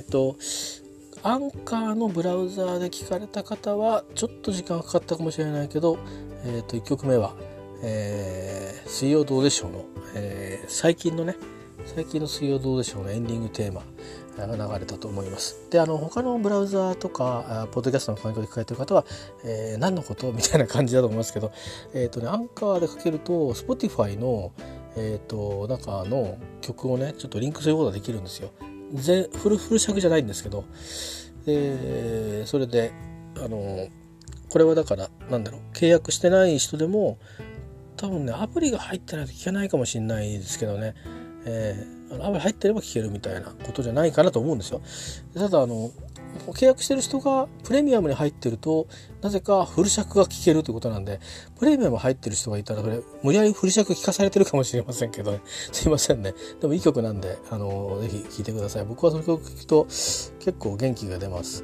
アンカーのブラウザーで聞かれた方はちょっと時間かかったかもしれないけど、1曲目は、水曜どうでしょうの、最近の水曜どうでしょうのエンディングテーマが流れたと思います。で、他のブラウザーとかポッドキャストの環境で聞かれてる方は、何のことみたいな感じだと思いますけど、アンカーでかけると Spotify の中の曲をねちょっとリンクすることができるんですよ。フル尺じゃないんですけど、それでこれはだから契約してない人でも多分ねアプリが入ってないと聞けないかもしれないですけどね、アプリ入ってれば聞けるみたいなことじゃないかなと思うんですよ。ただ契約してる人がプレミアムに入ってるとなぜかフル尺が聞けるということなんで、プレミアム入ってる人がいたら無理やりフル尺聞かされてるかもしれませんけどね、すいませんね。でもいい曲なんでぜひ聴いてください。僕はその曲聴くと結構元気が出ます。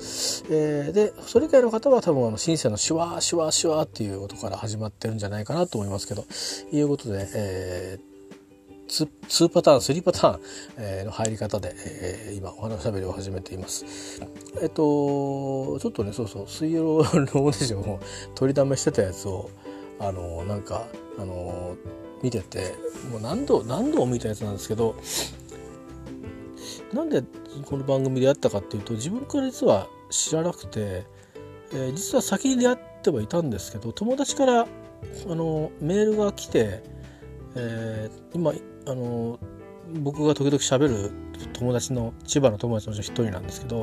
でそれ以外の方は多分シンセのシュワーシュワーシュワーっていう音から始まってるんじゃないかなと思いますけど、いうことで、2パターン3パターンの入り方で、今お話しゃべりを始めています。ちょっとね水曜ローデーションを取りだめしてたやつを見ててもう何度も見たやつなんですけど、なんでこの番組でやったかっていうと、自分から実は知らなくて、実は先に出会ってはいたんですけど、友達からメールが来て、今僕が時々喋る友達の千葉の友達の一人なんですけど、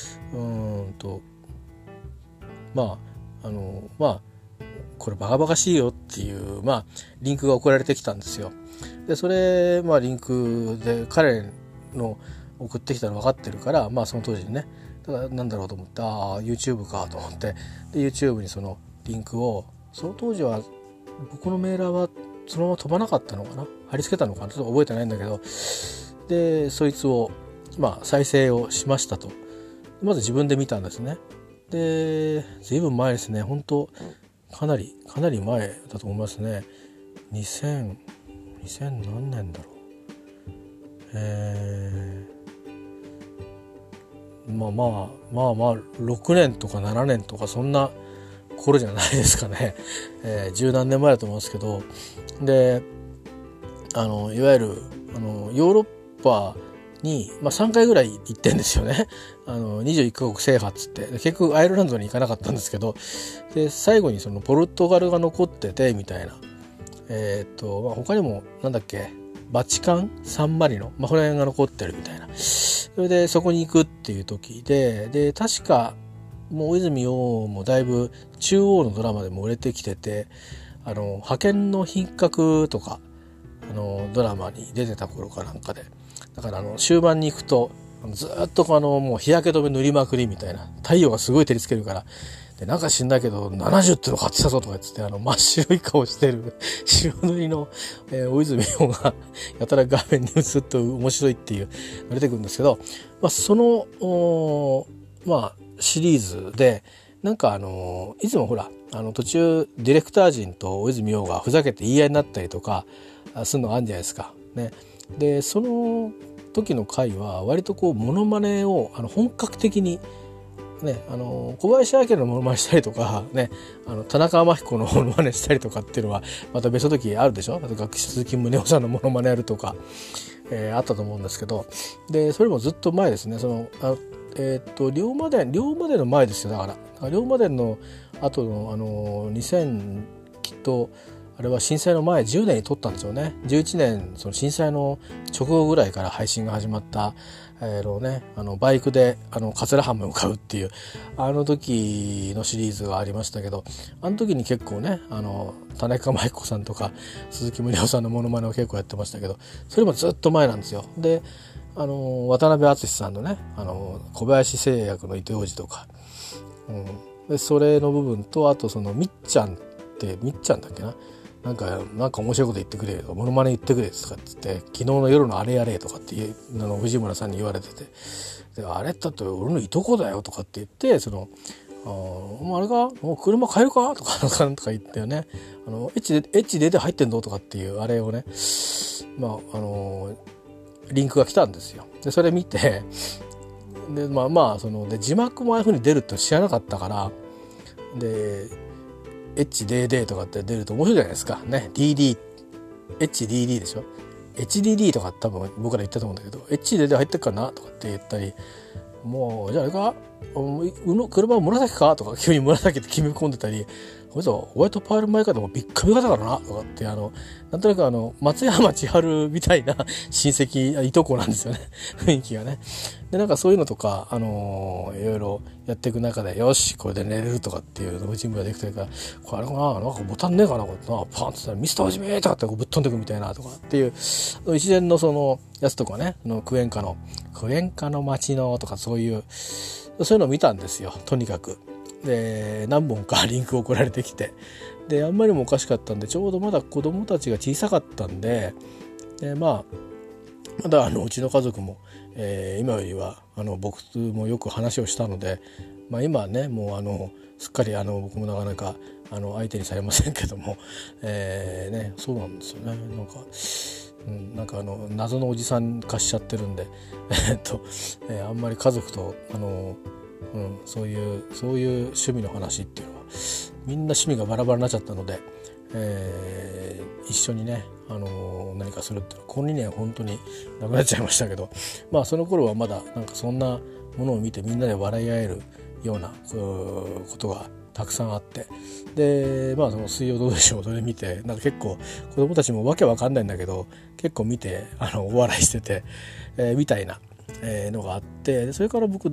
これバカバカしいよっていうリンクが送られてきたんですよ。でそれリンクで彼の送ってきたの分かってるから、その当時にね、だからなんだろうと思って、YouTube かと思って、で YouTube にそのリンクを、その当時は僕のメーラーはそのまま飛ばなかったのかな、貼り付けたのかな、ちょっと覚えてないんだけど、でそいつを再生をしましたと。まず自分で見たんですね。で随分前ですね、本当かなり前だと思いますね。2000何年だろう、6年とか7年とかそんな頃じゃないですかね。十何年前だと思うんですけど、でいわゆるヨーロッパに、3回ぐらい行ってんですよね。21カ国制覇っつって、結局アイルランドに行かなかったんですけど、で最後にそのポルトガルが残っててみたいな、他にもバチカン、サンマリノ、この辺が残ってるみたいな。それでそこに行くっていう時で確かもう大泉洋もだいぶ中央のドラマでも売れてきてて、派遣の品格とかドラマに出てた頃かなんかで、だから終盤に行くとずっともう日焼け止め塗りまくりみたいな、太陽がすごい照りつけるから、でなんか知んだけど70っての買ってたぞとか言って真っ白い顔してる白塗りの、大泉洋がやたら画面に映って面白いっていうの出てくるんですけど、そのシリーズでいつもほら途中ディレクター陣と大泉洋がふざけて言い合いになったりとかするのがあるんじゃないですかね。でその時の回は割とモノマネを本格的にね、小林明のモノマネしたりとかね、田中天彦のモノマネしたりとかっていうのはまた別の時あるでしょ。あと学者鈴木宗男さんのモノマネやるとか、あったと思うんですけど、でそれもずっと前ですね。龍馬伝の前ですよ。だから龍馬伝の後の2000、きっとあれは震災の前10年に撮ったんですよね。11年その震災の直後ぐらいから配信が始まったバイクで桂浜へ向かうっていう時のシリーズがありましたけど、時に結構ね田中真彦さんとか鈴木宗男さんのモノマネを結構やってましたけど、それもずっと前なんですよ。で渡辺篤さんのね小林製薬の糸ようじとか、でそれの部分と、あとそのみっちゃんだっけな、なんか面白いこと言ってくれよ、モノマネ言ってくれとかっつって、昨日の夜のあれやれとかって藤村さんに言われてて、であれだって俺のいとこだよとかって言って、あれかもう車買えるかとか言ってね、エッチで入ってんのとかっていうあれをね、リンクが来たんですよ。でそれ見てでで字幕もああいう風に出るって知らなかったから、で HDD とかって出ると面白いじゃないですかね。 HDD でしょ。 HDD とか多分僕ら言ったと思うんだけど HDD 入ってっかなとかって言ったり、もうじゃああれか車は紫かとか急に紫って決め込んでたり、こいつはホワイトパール前からもビッカビカだからなとかって、なんとなく松山千春みたいな親戚いとこなんですよね雰囲気がね。でなんかそういうのとかいろいろやっていく中で、よしこれで寝れるとかっていうの準備ができてるから、これあれかな、なんかボタンねえかなこれな、パンってミスターはじめとかってぶっ飛んでくみたいなとかっていう一連のそのやつとかね、クエンカの街のとかそういうのを見たんですよ、とにかく。で何本かリンク送られてきて、であんまりもおかしかったんで、ちょうどまだ子供たちが小さかったんで、まだうちの家族も、今よりは僕もよく話をしたので、今はねもうすっかり僕もなかなか相手にされませんけども、そうなんですよね。なんか謎のおじさん化しちゃってるんであんまり家族とそういう趣味の話っていうのはみんな趣味がバラバラになっちゃったので、一緒にね、何かするっていうのはこの2年本当になくなっちゃいましたけど、その頃はまだなんかそんなものを見てみんなで笑い合えるようなことがたくさんあって、でその水曜どうでしょう、それ見てなんか結構子供たちもわけわかんないんだけど結構見てお笑いしてて、みたいなのがあって、それから僕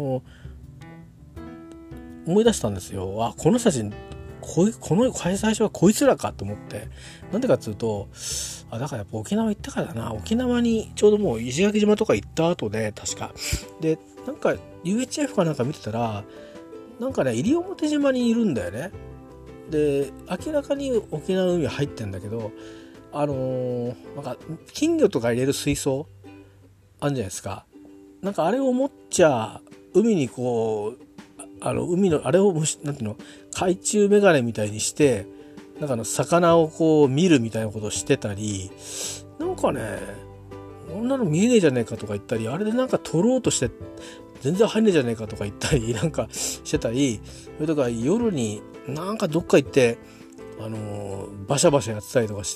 思い出したんですよ。この人たち最初はこいつらかと思って、なんでかっていうとだからやっぱ沖縄行ったからだな。沖縄にちょうどもう石垣島とか行った後で確かでなんか UHF かなんか見てたらなんかね西表島にいるんだよね。で明らかに沖縄の海入ってんだけどなんか金魚とか入れる水槽あるんじゃないですか。なんかあれを持っちゃ海にこう海のあれをなんていうの海中メガネみたいにしてなんか魚をこう見るみたいなことをしてたり、なんかねこんなの見えねえじゃねえかとか言ったり、あれでなんか撮ろうとして全然入んねえじゃねえかとか言ったりなんかしてたり、それとか夜になんかどっか行ってバシャバシャやってたりとかして、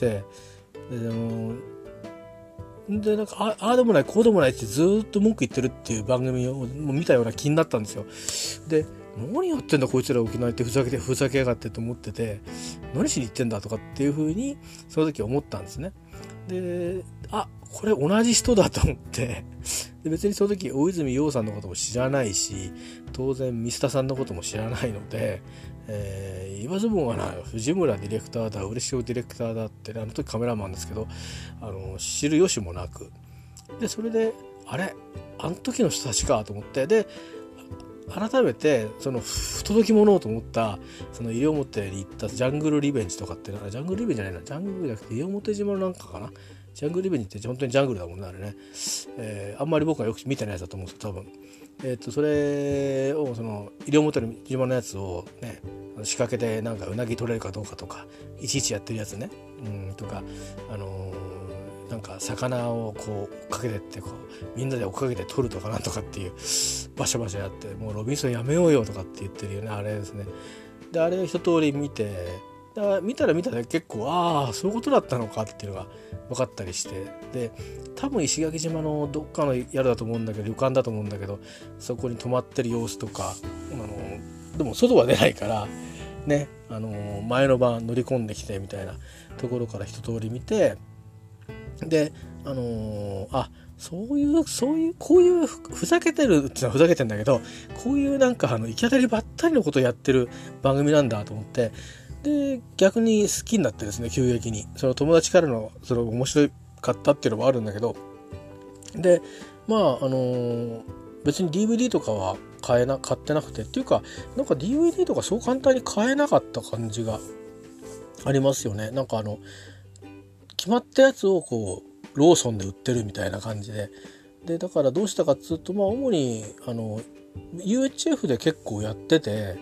でなんかああでもないこうでもないってずっと文句言ってるっていう番組を見たような気になったんですよ。で何やってんだこいつら沖縄行ってふざけやがってと思ってて、何しに行ってんだとかっていう風にその時思ったんですね。でこれ同じ人だと思ってで別にその時大泉洋さんのことも知らないし当然ミスタさんのことも知らないので、言わずもがな藤村ディレクターだ嬉尾ディレクターだって、あの時カメラマンですけど知る由もなく、でそれであの時の人たちかと思って、で改めてその不届き者と思ったその西表に行ったジャングルリベンジとかってジャングルリベンジじゃないな、ジャングルじゃなくて西表島のなんかかな、ジャングルリベンジって本当にジャングルだもんねあれね、あんまり僕はよく見てないやつだと思うんですけど多分それをその西表島のやつをね仕掛けてなんかうなぎ取れるかどうかとかいちいちやってるやつね、とかなんか魚をこう追っかけてってこうみんなで追っかけて取るとかなんとかっていうバシャバシャやってもうロビンソンやめようよとかって言ってるよねあれですね。であれ一通り見て見たら結構そういうことだったのかっていうのが分かったりして、で多分石垣島のどっかの宿だと思うんだけど旅館だと思うんだけどそこに泊まってる様子とかでも外は出ないからね前の晩乗り込んできてみたいなところから一通り見て、でそういうこういうふざけてるってのはふざけてんだけどこういうなんか行き当たりばったりのことをやってる番組なんだと思って、で逆に好きになってですね急激にその友達からのその面白かったっていうのもあるんだけど、で別に DVD とかは買ってなくてっていうかなんか DVD とかそう簡単に買えなかった感じがありますよね。なんか決まったやつをこうローソンで売ってるみたいな感じでだからどうしたかっつうと主にUHF で結構やってて、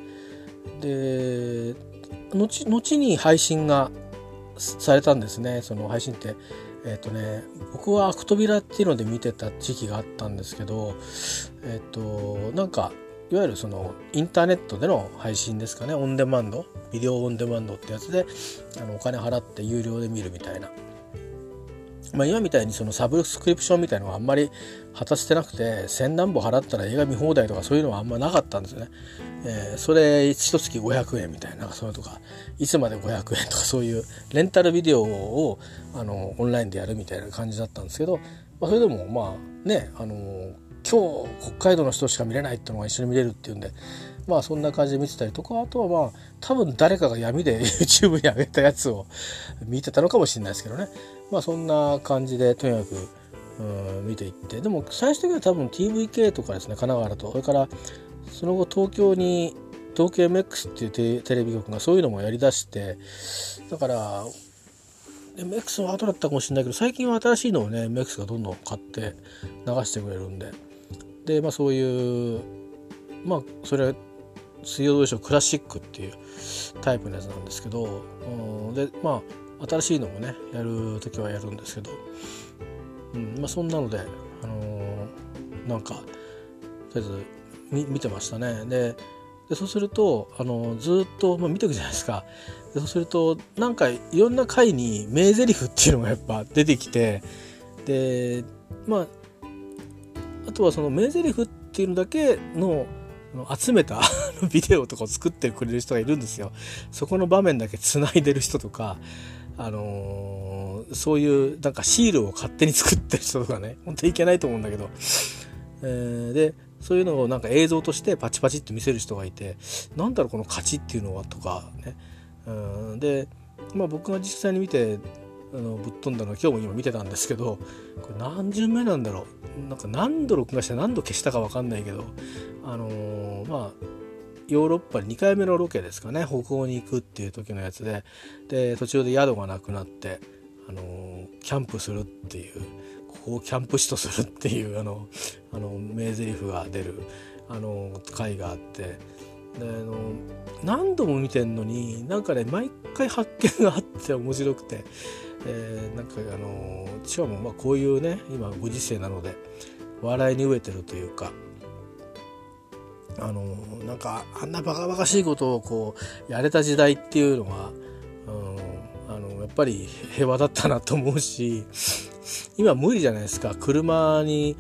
で後に配信がされたんですね。その配信って僕はアクトビラっていうので見てた時期があったんですけど、なんかいわゆるそのインターネットでの配信ですかね、オンデマンド、ビデオオンデマンドってやつでお金払って有料で見るみたいな、今みたいにそのサブスクリプションみたいなのはあんまり果たしてなくて、千何本払ったら映画見放題とかそういうのはあんまなかったんですよね。それ一月500円みたいな、そういうとかいつまで500円とか、そういうレンタルビデオをオンラインでやるみたいな感じだったんですけど、それでもまあね、今日北海道の人しか見れないっていうのが一緒に見れるっていうんで、そんな感じで見てたりとか、あとは多分誰かが闇で YouTube に上げたやつを見てたのかもしれないですけどね。そんな感じでとにかく見ていって、でも最終的には多分 TVK とかですね、神奈川と、それからその後東京 MX っていうテレビ局がそういうのもやりだして、だから MX は後だったかもしれないけど、最近は新しいのをね MX がどんどん買って流してくれるんで、そういうそれは水曜どうでしょうクラシックっていうタイプのやつなんですけど、で新しいのもねやるときはやるんですけど、そんなのでなんかとりあえず見てましたね。でそうするとずっと、見ていくじゃないですか。でそうするとなんかいろんな回に名台詞っていうのがやっぱ出てきて、であとはその名台詞っていうのだけの集めたビデオとかを作ってくれる人がいるんですよ。そこの場面だけ繋いでる人とか、そういうなんかシールを勝手に作ってる人とかね、本当にいけないと思うんだけど、でそういうのをなんか映像としてパチパチって見せる人がいて、なんだろうこの勝ちっていうのはとかね、で僕が実際に見てぶっ飛んだのは今日も今見てたんですけど、これ何巡目なんだろう、なんか何度録画して何度消したか分かんないけど、ヨーロッパに2回目のロケですかね、北欧に行くっていう時のやつで途中で宿がなくなって、キャンプするっていう、ここをキャンプ地とするっていう名台詞が出る回があって、で何度も見てんのになんかね毎回発見があって面白くて、なんかしかもこういうね今ご時世なので笑いに飢えてるというか、なんかあんなバカバカしいことをこうやれた時代っていうのは、やっぱり平和だったなと思うし、今無理じゃないですか。車に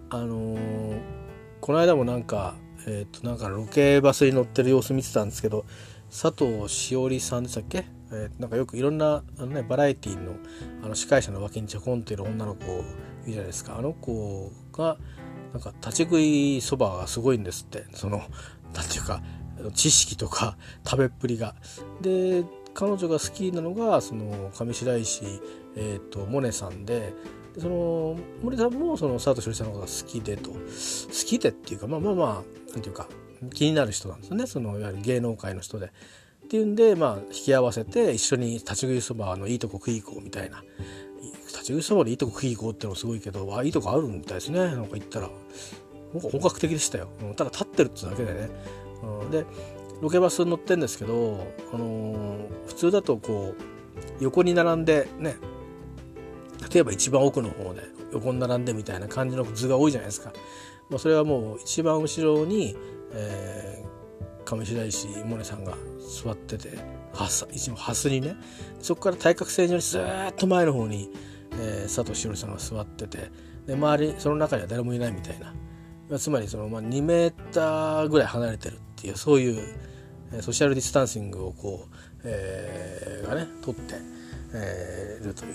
この間もなんかロケバスに乗ってる様子見てたんですけど、佐藤しおりさんでしたっけ、なんかよくいろんなバラエティの司会者の脇にちょこんっている女の子いるじゃないですか。あの子がなんか立ち食いそばがすごいんですって、なんていうか知識とか食べっぷりが。で彼女が好きなのがその上白石萌音さんで、その萌音さんもその佐藤しおりさんのことが好きでっていうかなんていうか気になる人なんですよね、そのいわゆる芸能界の人でっていうんで、引き合わせて一緒に立ち食いそばのいいとこ食い行こうみたいな。立ち食いそばでいいとこ食い行こうってのもすごいけど、いいとこあるみたいですね。なんか行ったら本格的でしたよ。ただ立ってるってだけでね。でロケバスに乗ってんですけど、普通だとこう横に並んでね、例えば一番奥の方で横に並んでみたいな感じの図が多いじゃないですか。それはもう一番後ろに、上白石萌音さんが座ってて、一応ハスにね、そこから対角線上にずーっと前の方に、佐藤しおりさんが座ってて、で周りその中には誰もいないみたいな、つまり2メーターぐらい離れてるっていう、そういう、ソーシャルディスタンシングをこう、がね取って、るという、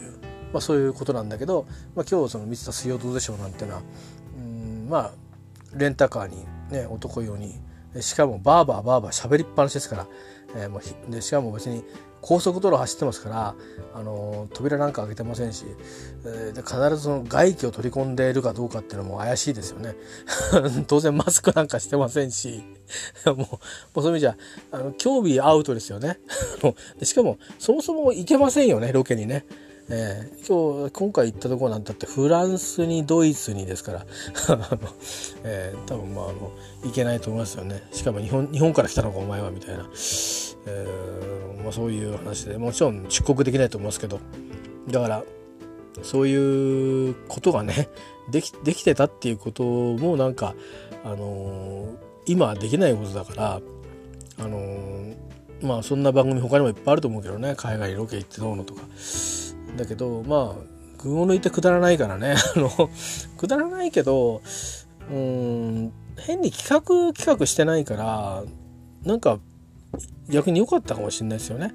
そういうことなんだけど、今日見てた水曜どうでしょうなんてのは、レンタカーにね男用に、しかもバーバー喋りっぱなしですから、でしかも別に高速道路走ってますから、扉なんか開けてませんし、で必ずその外気を取り込んでいるかどうかっていうのも怪しいですよね当然マスクなんかしてませんしもうそういう意味じゃ興味アウトですよねでしかもそもそも行けませんよね、ロケにね。今回行ったところなんだってフランスにドイツにですから多分行けないと思いますよね。しかも日本から来たのかお前はみたいな、そういう話で、もちろん出国できないと思いますけど、だからそういうことがねできてたっていうこともなんか、今はできないことだから、まあそんな番組他にもいっぱいあると思うけどね、海外にロケ行ってどうのとか。だけどまあ群を抜いてくだらないからねくだらないけど変に企画してないからなんか逆に良かったかもしれないですよね。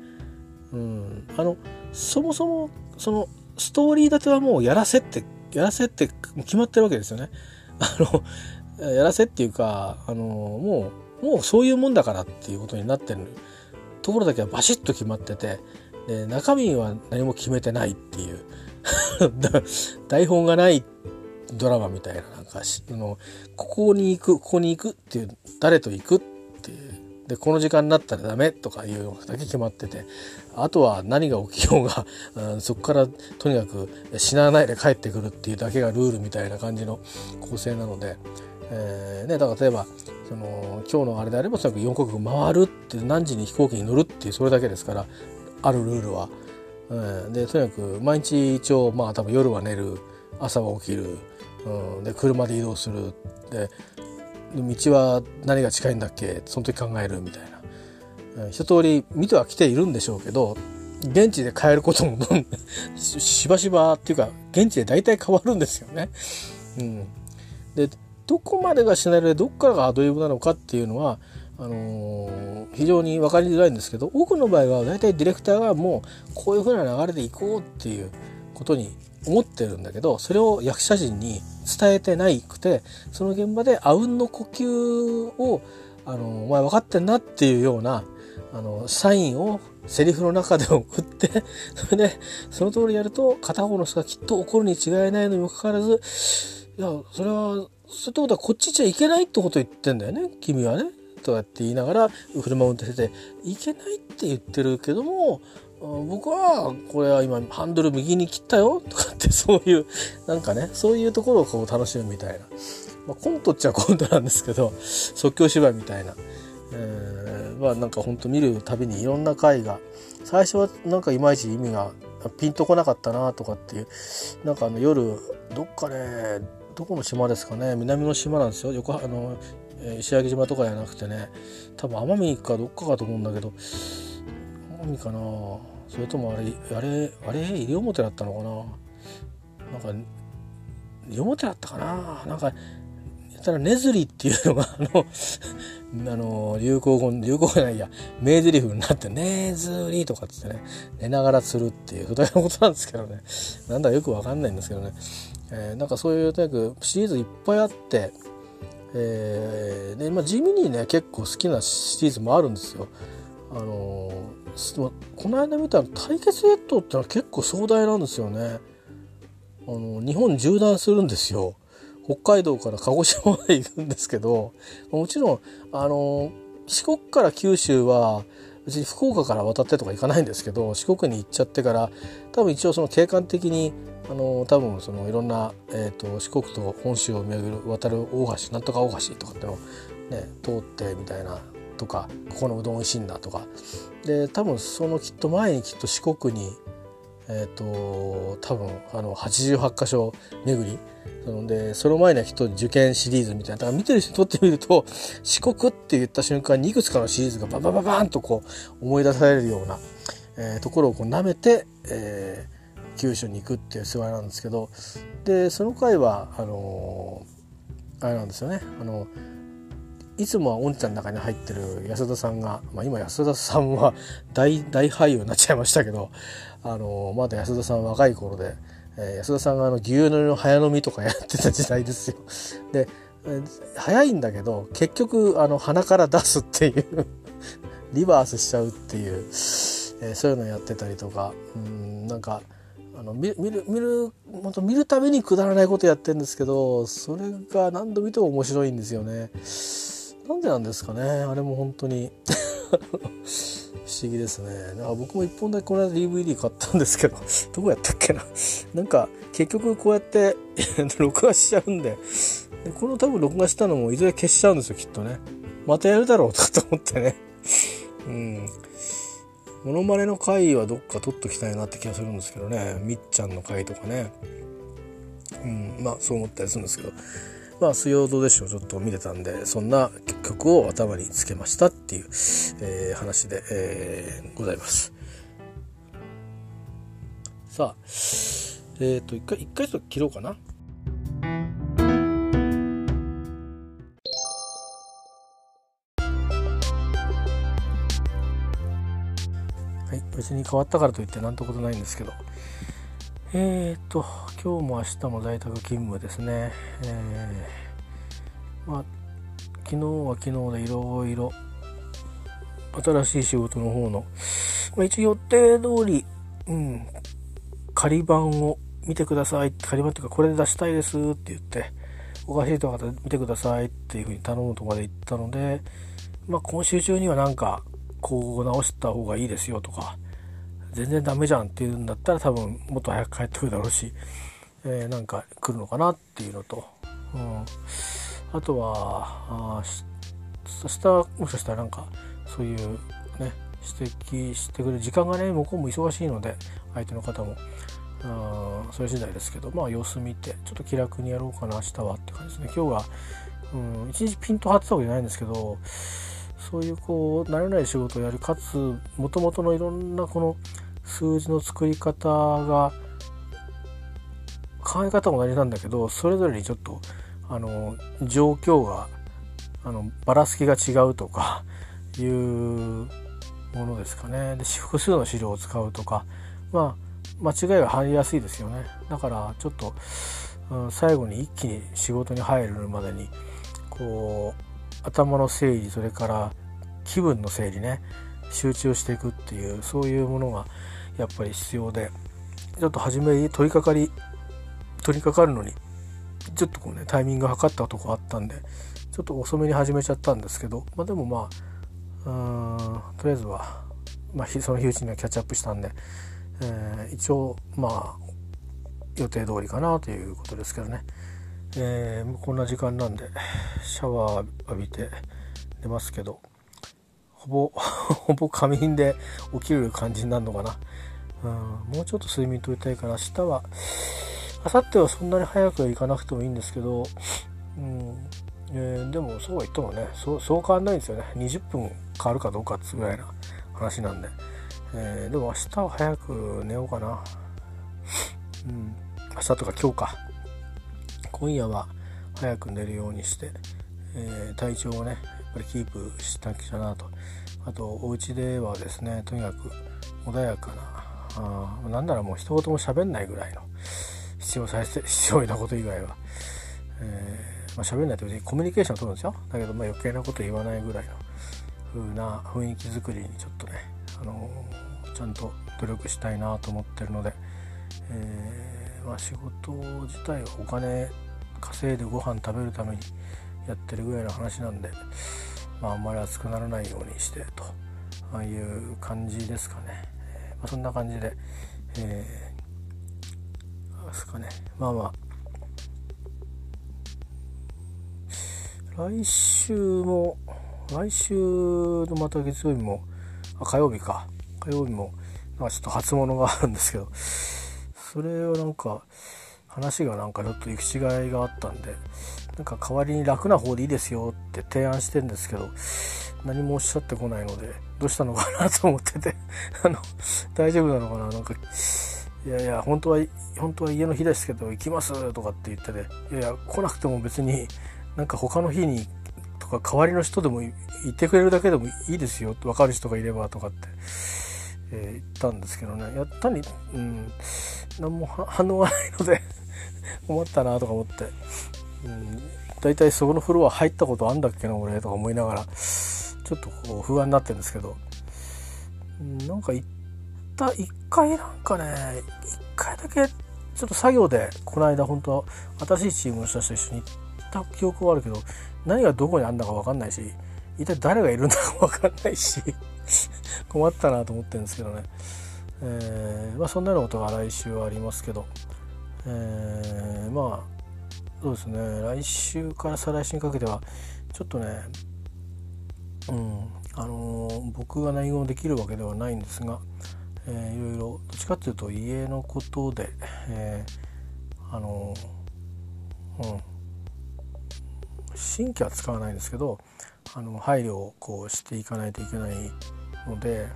そもそもそのストーリー立てはもうやらせって決まってるわけですよね。やらせっていうかもうそういうもんだからっていうことになってるところだけはバシッと決まってて、で中身は何も決めてないっていう台本がないドラマみたいな、なんかここに行くっていう、誰と行くっていう、でこの時間になったらダメとかいうのだけ決まってて、あとは何が起きようがそこからとにかく死なないで帰ってくるっていうだけがルールみたいな感じの構成なので、だから例えば今日のあれであればとにかく4カ国回るって何時に飛行機に乗るっていうそれだけですからあるルールは、でとにかく毎日一応まあ多分夜は寝る、朝は起きる、で車で移動する、で道は何が近いんだっけその時考えるみたいな、一通り見てはきているんでしょうけど現地で変えることもしばしばっていうか現地で大体変わるんですよね。でどこまでがシナリオでどこからがアドリブなのかっていうのは非常に分かりづらいんですけど、多くの場合は大体ディレクターがもうこういう風な流れでいこうっていうことに思ってるんだけど、それを役者陣に伝えてないくて、その現場であうんの呼吸をお前分かってんなっていうようなサインをセリフの中で送ってそれでその通りやると片方の人がきっと怒るに違いないのにもかかわらず、いやそれはそういうことはこっちじゃいけないってことを言ってんだよね君はねとかって言いながら車を運転してて、いけないって言ってるけども僕はこれは今ハンドル右に切ったよとかって、そういうなんかね、そういうところをこう楽しむみたいな、コントっちゃコントなんですけど即興芝居みたいな、なんか本当見るたびにいろんな回が、最初はなんかいまいち意味がピンとこなかったなとかっていう、なんか夜どっかね、どこの島ですかね、南の島なんですよ、石垣島とかじゃなくてね、多分奄美かどっかかと思うんだけど、奄美かな、それともあれ西表だったのかな、なんか西表だったかな、なんかやったらネズリっていうのが流行語じゃないや名台詞になってネズリとかっつってね、寝ながら釣るっていうそういうことなんですけどね、なんだよくわかんないんですけどね、なんかそういうとにかくシリーズいっぱいあって、で地味にね結構好きなシリーズもあるんですよ。この間見た対決列島ってのは結構壮大なんですよね。日本縦断するんですよ。北海道から鹿児島まで行くんですけど、もちろん四国から九州は別に福岡から渡ってとか行かないんですけど、四国に行っちゃってから多分一応その景観的に多分そのいろんな、四国と本州を渡る大橋なんとか大橋とかってのを、ね、通ってみたいなとか、ここのうどんおいしいんだとかで、多分そのきっと前にきっと四国に多分88箇所巡りで、その前にはきっと受験シリーズみたいな、だから見てる人にとってみると四国って言った瞬間にいくつかのシリーズがババババーンとこう思い出されるような、ところをこう舐めて、九州に行くっていう芝居なんですけど、でその回はあれなんですよね、いつもは音ちゃんの中に入ってる安田さんが、今安田さんは大俳優になっちゃいましたけど、まだ安田さん若い頃で、安田さんが牛乳の早飲みとかやってた時代ですよ。で早いんだけど結局鼻から出すっていうリバースしちゃうっていう、そういうのやってたりとか、なんか見るためにくだらないことやってるんですけど、それが何度見ても面白いんですよね。なんでなんですかね、あれも本当に不思議ですね。なんか僕も一本だけこの間 DVD 買ったんですけど、どうやったっけな、なんか結局こうやって録画しちゃうんで、この多分録画したのもいずれ消しちゃうんですよきっとね。またやるだろうと思ってねモノマネの回はどっか撮っときたいなって気がするんですけどね、みっちゃんの回とかね、まあそう思ったりするんですけど、まあ水曜どうでしょうちょっと見てたんで、そんな曲を頭につけましたっていう、話で、ございます。さあ一回ちょっと切ろうかな。はい、別に変わったからといってなんてことないんですけど、今日も明日も在宅勤務ですね。まあ昨日は昨日でいろいろ新しい仕事の方の、一応予定通り、仮版を見てくださいって、仮版っていうかこれで出したいですって言って、おかしいとか見てくださいっていうふうに頼むとかで言ったので、今週中にはなんかこう直した方がいいですよとか、全然ダメじゃんっていうんだったら多分もっと早く帰ってくるだろうし、なんか来るのかなっていうのと、あとは明日もしかしたらなんかそういうね指摘してくれる時間がね、向こうも忙しいので相手の方もそれ次第ですけど、様子見てちょっと気楽にやろうかな明日はって感じですね。今日は一日ピンと張ってたわけじゃないんですけど、そういうこう慣れない仕事をやる、かつ元々のいろんなこの数字の作り方が考え方も同じなんだけど、それぞれにちょっと状況がばらつきが違うとかいうものですかね。で複数の資料を使うとか、間違いが入りやすいですよね。だからちょっと、最後に一気に仕事に入るまでにこう頭の整理、それから気分の整理ね、集中していくっていう、そういうものがやっぱり必要で、ちょっと初めに取り掛かるのにちょっとこうねタイミングが計ったとこあったんで、ちょっと遅めに始めちゃったんですけど、でもとりあえずは、その日うちにはキャッチアップしたんで、一応予定通りかなということですけどね。こんな時間なんでシャワー浴びて寝ますけど、ほぼ仮眠で起きる感じになるのかな。もうちょっと睡眠取りたいから、明後日はそんなに早くは行かなくてもいいんですけど、でもそうは言ってもね、そう変わんないんですよね。20分変わるかどうかってぐらいな話なんで、でも明日は早く寝ようかな。明日とか今日か、今夜は早く寝るようにして、体調をねやっぱりキープしたきゃなと。あとお家ではですね、とにかく穏やかな、なんならもう一言も喋んないぐらいの必要なこと以外は、喋んないと別にコミュニケーションを取るんですよ。だけど余計なこと言わないぐらいの風な雰囲気作りにちょっとね、ちゃんと努力したいなと思ってるので、仕事自体はお金稼いでご飯食べるためにやってるぐらいの話なんで、あんまり熱くならないようにしてという感じですかね。そんな感じで、ですかね。来週のまた月曜日も火曜日もなんかちょっと初物があるんですけど、それはなんか話がなんかちょっと行き違いがあったんで、なんか代わりに楽な方でいいですよって提案してるんですけど、何もおっしゃってこないのでどうしたのかなと思ってて大丈夫なのかな。なんかいや本当は家の日ですけど行きますとかって言ってて、いや来なくても別になんか他の日にとか代わりの人でもいてくれるだけでもいいですよって、分かる人がいればとかって、言ったんですけどね、単に何も反応がないので困ったなとか思って、だいたいそこのフロア入ったことあんだっけな俺とか思いながらちょっとこう不安になってるんですけど、なんか一回なんかね、一回だけちょっと作業でこの間本当は新しいチームの人たちと一緒に行った記憶はあるけど、何がどこにあんだか分かんないし、一体誰がいるんだか分かんないし困ったなと思ってるんですけどね。そんなようなことが来週はありますけど、そうですね、来週から再来週にかけてはちょっとね、 僕が何もできるわけではないんですが、いろいろどっちかっていうと家のことで、神経は使わないんですけど配慮をこうしていかないといけないので、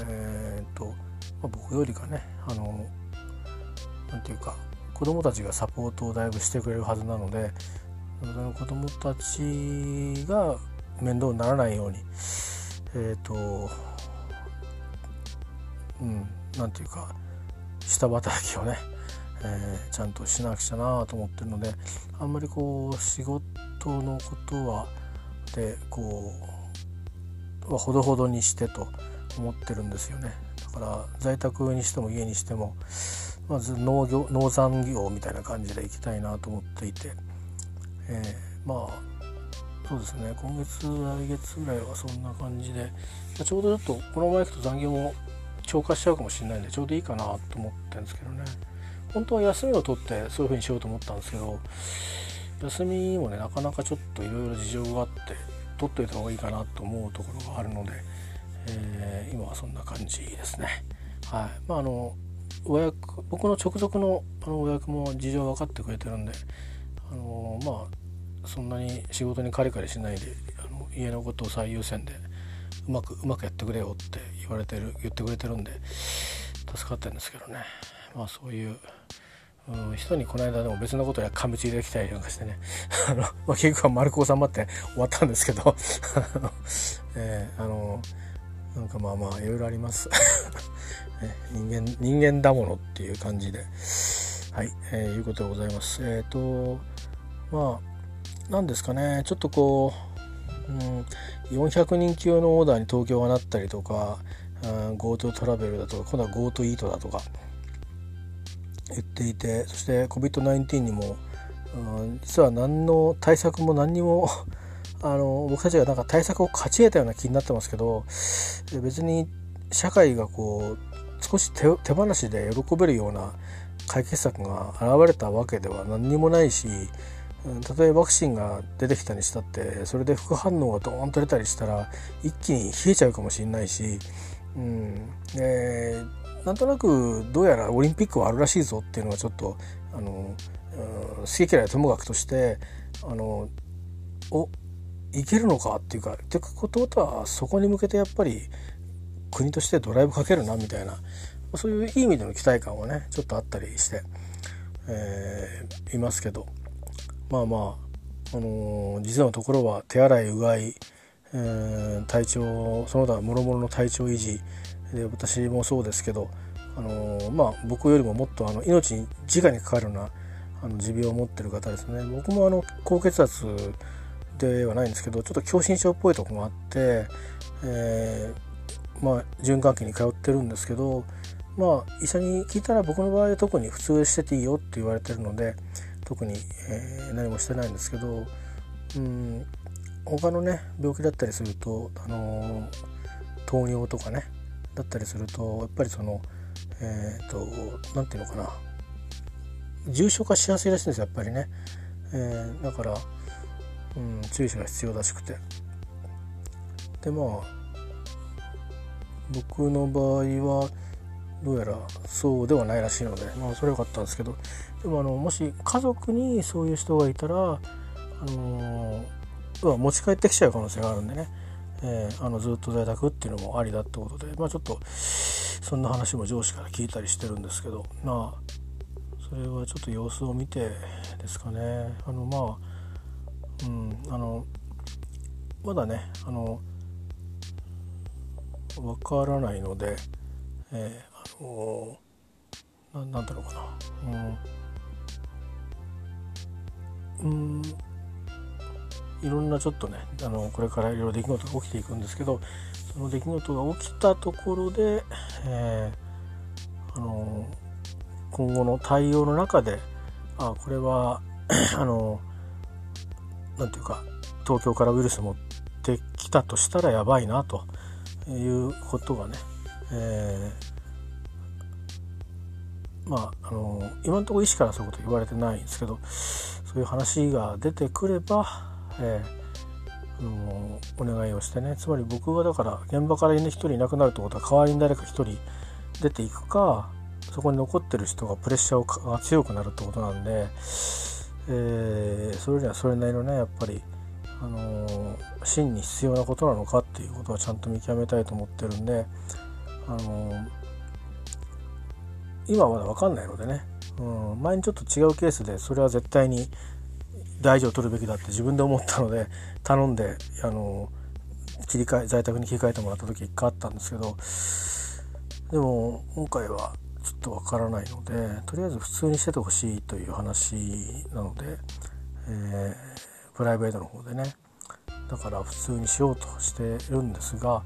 僕よりかねなんていうか子どもたちがサポートをだいぶしてくれるはずなので、その子どもたちが面倒にならないようになんていうか下働きをね、ちゃんとしなくちゃなと思ってるので、あんまりこう仕事のことでこうほどほどにしてと思ってるんですよね。だから在宅にしても家にしてもまず農産業みたいな感じで行きたいなと思っていて、そうですね、今月来月ぐらいはそんな感じで、ちょうどちょっとこのまま行くと残業も超過しちゃうかもしれないんでちょうどいいかなと思ってるんですけどね。本当は休みを取ってそういう風にしようと思ったんですけど、休みもねなかなかちょっといろいろ事情があって取っといた方がいいかなと思うところがあるので、今はそんな感じですね。はい、僕の直属のお役も事情分かってくれてるんで、そんなに仕事にカリカリしないで家のことを最優先でうまくやってくれよって言ってくれてるんで助かってるんですけどね。そういう人にこの間でも別のことや噛みついてきたりなんかしてね結局は丸く収まって終わったんですけどなんかいろいろあります人間だものっていう感じではい、いうことでございます。なんですかね、ちょっとこう、400人級のオーダーに東京がなったりとか、GoTo トラベルだとか今度は GoTo イートだとか言っていて、そして COVID-19 にも、実は何の対策も何にも僕たちがなんか対策を勝ち得たような気になってますけど、別に社会がこう少し手放しで喜べるような解決策が現れたわけでは何にもないし、たとえワクチンが出てきたにしたってそれで副反応がドーンと出たりしたら一気に冷えちゃうかもしれないし、なんとなくどうやらオリンピックはあるらしいぞっていうのがちょっと好き嫌いともかくとしていけるのかっていうか、ってことはそこに向けてやっぱり国としてドライブかけるなみたいな、そういういい意味での期待感はねちょっとあったりして、いますけど、実のところは手洗いうがい、体調その他諸々の体調維持で、私もそうですけど、僕よりももっと命に直にかかるような持病を持ってる方ですね。僕も高血圧ではないんですけど、ちょっと狭心症っぽいところがあって、循環器に通ってるんですけど、医者に聞いたら僕の場合は特に普通してていいよって言われてるので特に、何もしてないんですけど、他のね病気だったりすると、糖尿とかねだったりするとやっぱりなんていうのかな、重症化しやすいらしいんですよやっぱりね、だから、注意が必要らしくて、で僕の場合はどうやらそうではないらしいので、それは良かったんですけど、でももし家族にそういう人がいたら持ち帰ってきちゃう可能性があるんでね、ずっと在宅っていうのもありだってことで、ちょっとそんな話も上司から聞いたりしてるんですけど、それはちょっと様子を見てですかね。まだねわからないので、なんだろうかな、いろんなちょっとねこれからいろいろ出来事が起きていくんですけど、その出来事が起きたところで、今後の対応の中でこれはなんていうか東京からウイルス持ってきたとしたらやばいなということがね、今のところ医師からそういうこと言われてないんですけど、そういう話が出てくれば、 お願いをしてね、つまり僕がだから現場から一人いなくなるってことは代わりに誰か一人出ていくか、そこに残ってる人がプレッシャーが強くなるってことなんで、それにはそれなりのねやっぱり、真に必要なことなのかっていうことはちゃんと見極めたいと思ってるんで、今はまだ分かんないのでね、前にちょっと違うケースでそれは絶対に大事を取るべきだって自分で思ったので頼んで在宅に切り替えてもらった時一回あったんですけど、でも今回はちょっとわからないので、とりあえず普通にしててほしいという話なので、プライベートの方でね、だから普通にしようとしてるんですが、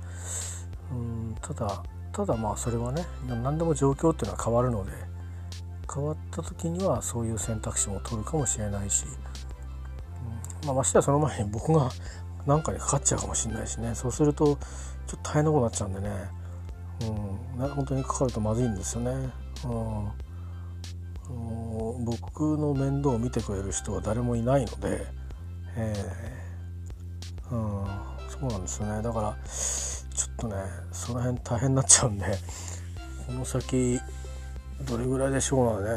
ただまあそれはね何でも状況っていうのは変わるので、変わった時にはそういう選択肢も取るかもしれないし、ましてやその前に僕が何かにかかっちゃうかもしれないしね、そうするとちょっと大変なことになっちゃうんでね、本当にかかるとまずいんですよね。僕の面倒を見てくれる人は誰もいないので、そうなんですよね。だからちょっとねその辺大変になっちゃうんで、この先どれぐらいでしょうね、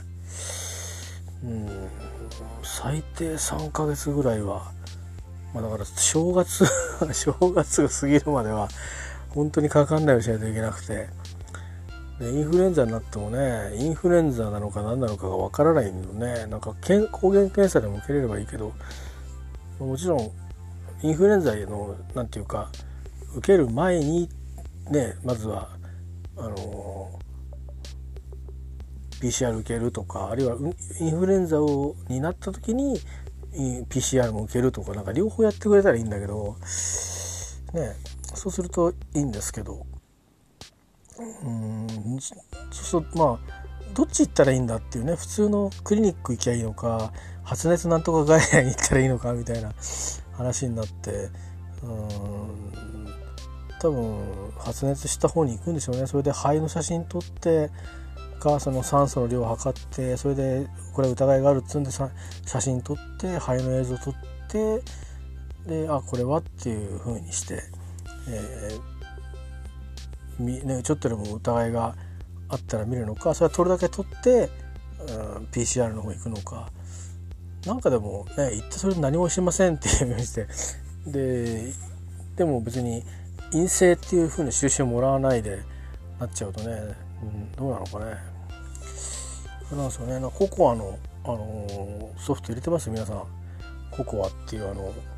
最低3ヶ月ぐらいは、だから正月が過ぎるまでは本当にかかんないようにしないといけなくて、でインフルエンザになってもね、インフルエンザなのか何なのかがわからないのね。なんか抗原検査でも受けれればいいけど、もちろんインフルエンザのなんていうか受ける前にね、まずはPCR 受けるとか、あるいはインフルエンザになった時に PCR も受けるとか、なんか両方やってくれたらいいんだけどね、そうするといいんですけど、そうするとどっち行ったらいいんだっていうね、普通のクリニック行きゃいいのか、発熱なんとか外来に行ったらいいのかみたいな話になって、多分発熱した方に行くんでしょうね。それで肺の写真撮ってか、その酸素の量を測って、それでこれ疑いがあるっつうんで写真撮って肺の映像撮って、でこれはっていう風にして、ちょっとでも疑いがあったら見るのか、それは撮るだけ撮って、PCR の方行くのか、なんかでもね行ってそれ何もしませんっていう風にして、でも別に陰性っていう風に収集もらわないでなっちゃうとね、どうなのかね。なんですよね。ココアの、ソフト入れてます皆さん。ココアっていうあ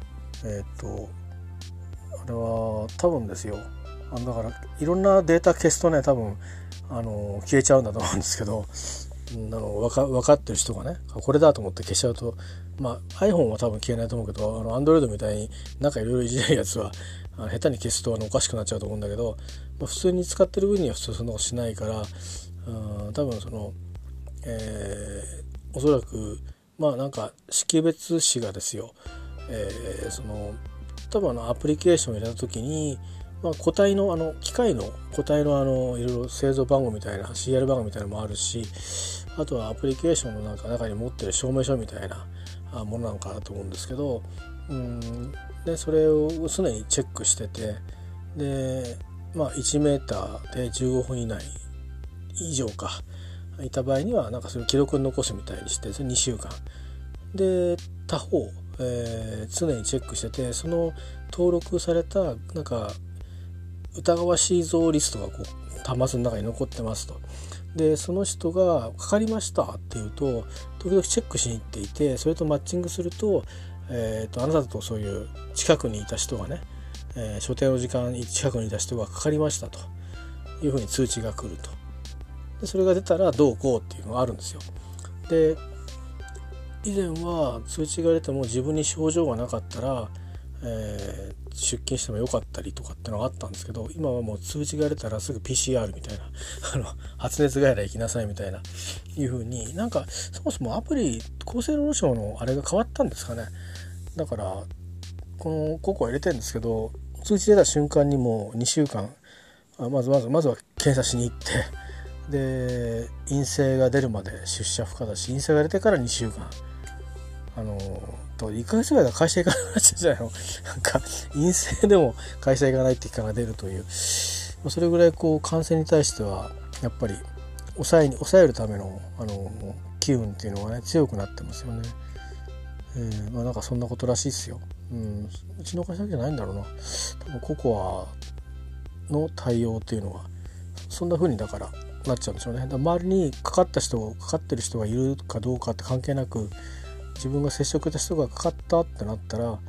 れは多分ですよ、だからいろんなデータ消すとね多分消えちゃうんだと思うんですけど、分かってる人がねこれだと思って消しちゃうと、iPhone は多分消えないと思うけど、Android みたいになんかいろいろいじれるやつは下手に消すとおかしくなっちゃうと思うんだけど、普通に使ってる分には普通そんなことしないから、多分おそらくなんか識別子がですよ、多分アプリケーションを入れた時に、個体の機械の個体のいろいろ製造番号みたいな CR 番号みたいなのもあるし、あとはアプリケーションの中に持ってる証明書みたいなものなのかなと思うんですけど、でそれを常にチェックしてて、で1メーターで15分以内以上かいた場合にはなんかそれを記録に残すみたいにして、それ2週間で他方、常にチェックしてて、その登録されたなんか疑わしい像リストが端末の中に残ってますと。でその人がかかりましたっていうと時々チェックしに行っていて、それとマッチングすると、あなたとそういう近くにいた人がね、所定の時間に近くにいた人がかかりましたというふうに通知が来ると。でそれが出たらどうこうっていうのがあるんですよ。で以前は通知が出ても自分に症状がなかったら、出勤してもよかったりとかってのがあったんですけど、今はもう通知が出たらすぐ PCR みたいな発熱外来行きなさいみたいないう風に、なんかそもそもアプリ厚生労働省のあれが変わったんですかね。だからこのココア入れてるんですけど、通知出た瞬間にもう2週間まずは検査しに行って、で陰性が出るまで出社不可だし、陰性が出てから2週間 1ヶ月ぐらいで会社行かなくなっちゃうじゃないのなんか陰性でも会社行かないって期間が出るという、それぐらいこう感染に対してはやっぱり抑えるための機運っていうのがね強くなってますよね。なんかそんなことらしいですよ。うちの会社じゃないんだろうな。多分ココアの対応っていうのはそんな風にだからなっちゃうんでしょうね。だから周りにかかってる人がいるかどうかって関係なく、自分が接触した人がかかったってなったら、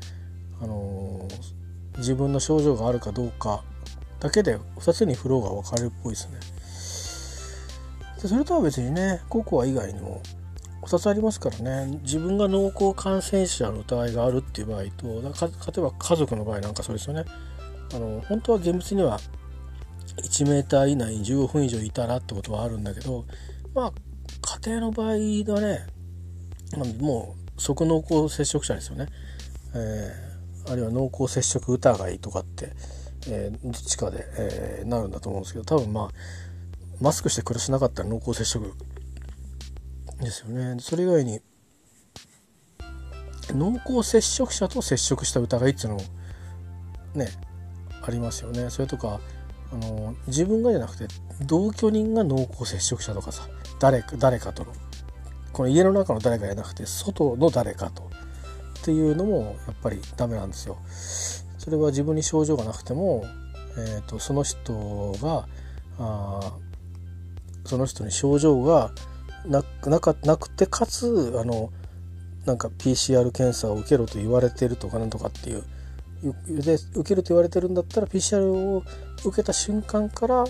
自分の症状があるかどうかだけで2つにフローが分かれるっぽいですね。でそれとは別にね、ココア以外にも2つありますからね。自分が濃厚感染者の疑いがあるっていう場合と、例えば家族の場合なんかそうですよね。本当は厳密には1メーター以内に15分以上いたらってことはあるんだけど、家庭の場合はね、もう即濃厚接触者ですよね。あるいは濃厚接触疑いとかって、どっちかで、なるんだと思うんですけど、多分マスクして暮らしなかったら濃厚接触ですよね。それ以外に濃厚接触者と接触した疑いっていうのもねありますよね。それとか自分がじゃなくて同居人が濃厚接触者とかさ、誰かとのこの家の中の誰かじゃなくて外の誰かとっていうのもやっぱりダメなんですよ。それは自分に症状がなくても、その人に症状がなくて、かつなんか PCR 検査を受けろと言われてるとかなんとかっていうで受けると言われてるんだったら PCR を受けた瞬間から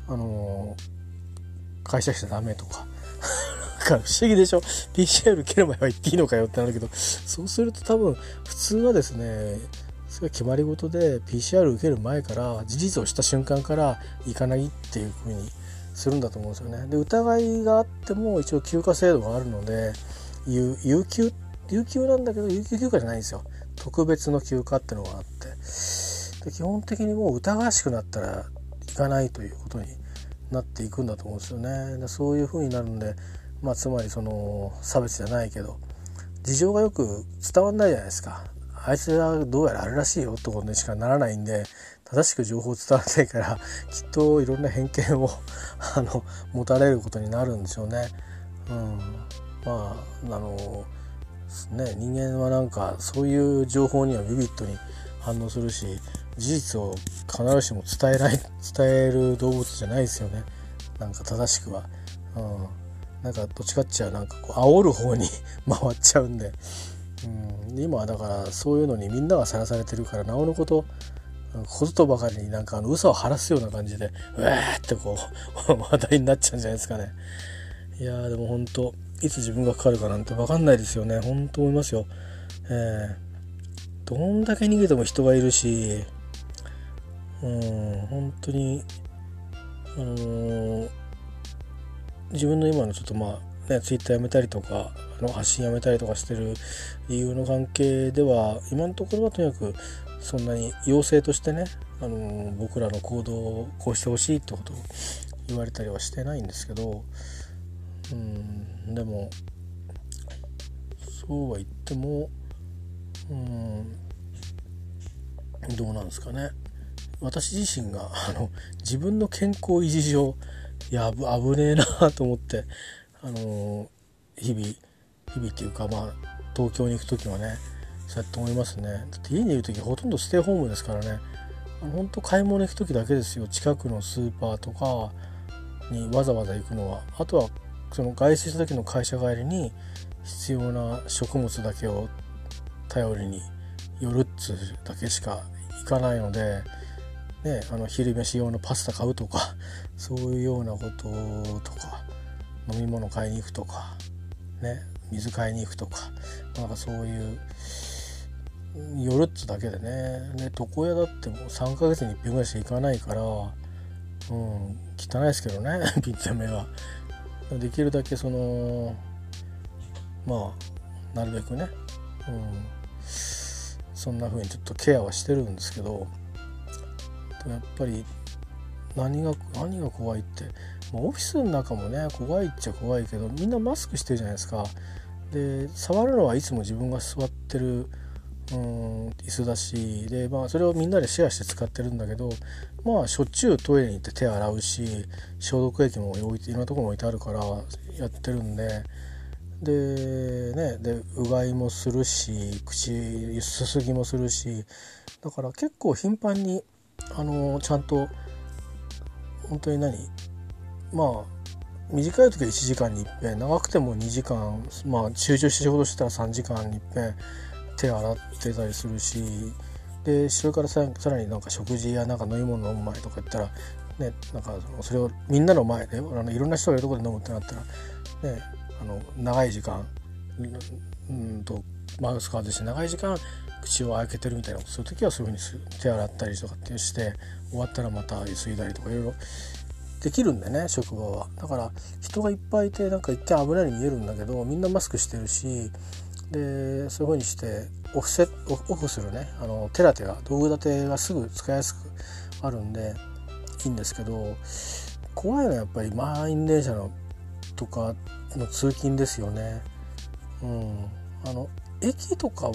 会社しちゃダメとか不思議でしょ。 PCR 受ける前は言っていいのかよってなるけど、そうすると多分普通はですね、それは決まり事で PCR 受ける前から事実をした瞬間から行かないっていう風にするんだと思うんですよね。で疑いがあっても一応休暇制度があるので有給なんだけど有給休暇じゃないんですよ。特別の休暇ってのがあって、で基本的にもう疑わしくなったら行かないということになっていくんだと思うんですよね。でそういう風になるんで、つまりその差別じゃないけど事情がよく伝わんないじゃないですか。あいつはどうやらあるらしいよってことにしかならないんで、正しく情報伝わらないからきっといろんな偏見を持たれることになるんでしょうね。人間はなんかそういう情報にはビビッドに反応するし、事実を必ずしも伝える動物じゃないですよね。なんか正しくは、なんかどっちかっちゃなんかこう煽る方に回っちゃうんで、今はだからそういうのにみんながさらされてるから、なおのことばかりになんか嘘を晴らすような感じでうわーってこう話題になっちゃうんじゃないですかね。いやでも本当いつ自分がかかるかなんて分かんないですよね。本当思いますよ。どんだけ逃げても人がいるし、本当に自分の今のちょっとツイッターやめたりとか発信やめたりとかしてる理由の関係では、今のところはとにかくそんなに要請としてね、僕らの行動をこうしてほしいってことを言われたりはしてないんですけど、でもそうは言ってもどうなんですかね。私自身が自分の健康維持上危ねえなと思って日々っていうか東京に行く時はねそうやって思いますね。だって家にいる時ほとんどステイホームですからね。本当買い物行く時だけですよ。近くのスーパーとかにわざわざ行くのは。あとはその外出した時の会社帰りに必要な食物だけを頼りに夜っつだけしか行かないので、昼飯用のパスタ買うとかそういうようなこととか、飲み物買いに行くとか水買いに行くとか、なんかそういう夜っつだけでね。床屋だってもう3ヶ月に1遍ぐらいしか行かないから汚いですけどね見た目は。できるだけそのなるべくね、そんな風にちょっとケアはしてるんですけど、やっぱり何が怖いって、オフィスの中もね怖いっちゃ怖いけど、みんなマスクしてるじゃないですか。 で触るのはいつも自分が座ってる椅子だしで、それをみんなでシェアして使ってるんだけど、しょっちゅうトイレに行って手洗うし消毒液も置いていろんなところに置いてあるからやってるんで、でうがいもするし口すすぎもするし、だから結構頻繁にちゃんと本当に短い時は1時間に一遍、長くても2時間、集中して仕事してたら3時間に一遍手洗ってたりするし、でそれからさらに食事や飲み物飲む前とか言ったらね、それをみんなの前でいろんな人がいるところで飲むってなったらね、長い時間マウス外して長い時間口を開けてるみたいな、そういう時はそういう風に手洗ったりとかってして終わったらまたゆすいだりとかいろいろできるんでね、職場は。だから人がいっぱいいて一見危ないように見えるんだけどみんなマスクしてるし、でそういう風にしてオフするね手立てが道具立てがすぐ使いやすくあるんでいいんですけど、怖いのはやっぱり満員電車のとかの通勤ですよね。駅とか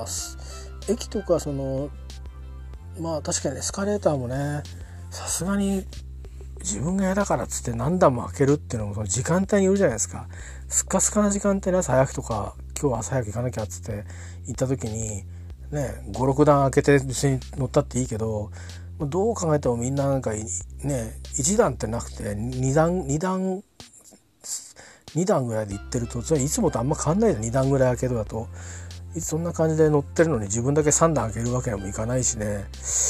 確かにエスカレーターもね、さすがに自分が嫌だからっつって何段も開けるっていうのもその時間帯によるじゃないですか。スカスカな時間帯で朝早くとか今日は朝早く行かなきゃっつって行った時にね 5,6 段開けて別に乗ったっていいけど、どう考えてもみんな1段ってなくて2段ぐらいで行ってると、それいつもとあんま変わんないで2段ぐらい開けるだとそんな感じで乗ってるのに自分だけ3段開けるわけにもいかないしね、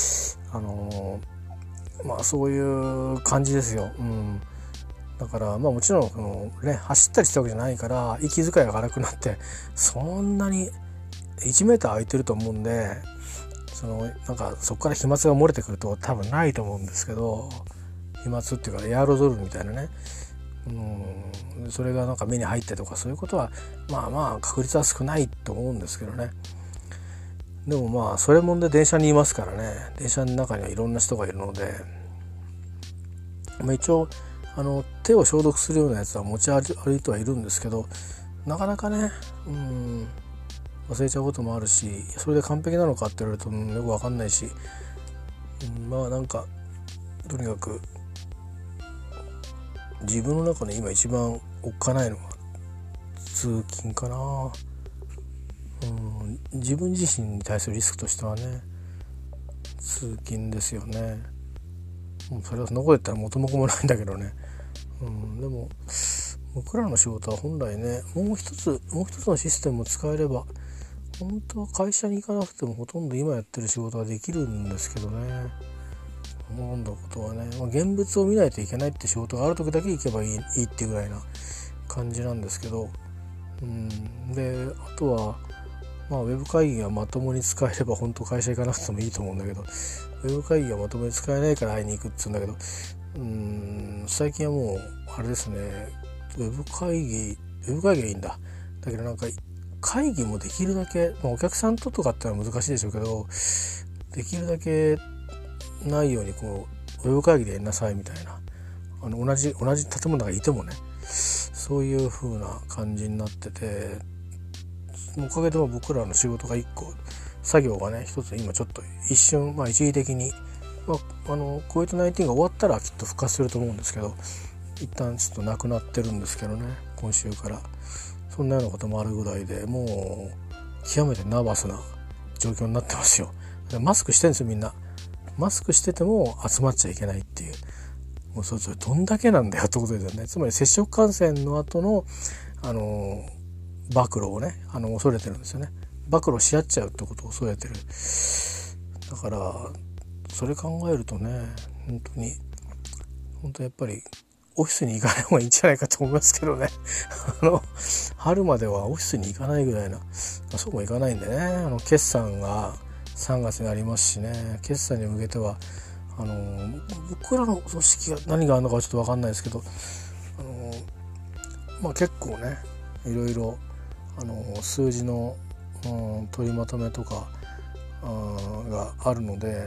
そういう感じですよ。だからもちろん走ったりしたわけじゃないから息遣いが荒くなってそんなに1メーター空いてると思うんで、そこから飛沫が漏れてくると多分ないと思うんですけど、飛沫っていうかエアロゾルみたいなね、それが目に入ってとかそういうことは確率は少ないと思うんですけどね。でもそれもんで電車にいますからね、電車の中にはいろんな人がいるので、一応手を消毒するようなやつは持ち歩いてはいるんですけど、なかなかね忘れちゃうこともあるし、それで完璧なのかって言われるとよく分かんないし、とにかく自分の中で今一番おっかないのは通勤かな。自分自身に対するリスクとしてはね通勤ですよね。それはそんなこと言ったら元も子もないんだけどね。でも僕らの仕事は本来ねもう一つのシステムを使えれば本当は会社に行かなくてもほとんど今やってる仕事ができるんですけどね。思うんだことはね、現物を見ないといけないって仕事がある時だけ行けばいいっていうぐらいな感じなんですけど、であとはウェブ会議がまともに使えれば本当会社行かなくてもいいと思うんだけど、ウェブ会議がまともに使えないから会いに行くっつうんだけど、最近はもうあれですね、ウェブ会議はいいんだ。だけど会議もできるだけ、お客さんとかってのは難しいでしょうけど、できるだけないようにウェブ会議でやんなさいみたいな、同じ建物がいてもね、そういう風な感じになってて、おかげで僕らの仕事が1個作業がね一つ今ちょっと一瞬一時的にCOVID-19 が終わったらきっと復活すると思うんですけど、一旦ちょっとなくなってるんですけどね、今週からそんなようなこともあるぐらいで、もう極めてナーバスな状況になってますよ。マスクしてるんですよみんな。マスクしてても集まっちゃいけないっていう、もうそれどんだけなんだよってことですよね。つまり接触感染の後の暴露をね恐れてるんですよね。暴露し合っちゃうってことを恐れてる。だからそれ考えるとね本当やっぱりオフィスに行かない方がいいんじゃないかと思いますけどね春まではオフィスに行かないぐらいな、そうもいかないんでね、決算が3月にありますしね、決算に向けては僕らの組織が何があるのかはちょっと分かんないですけど、結構ねいろいろ数字の、取りまとめとかがあるので、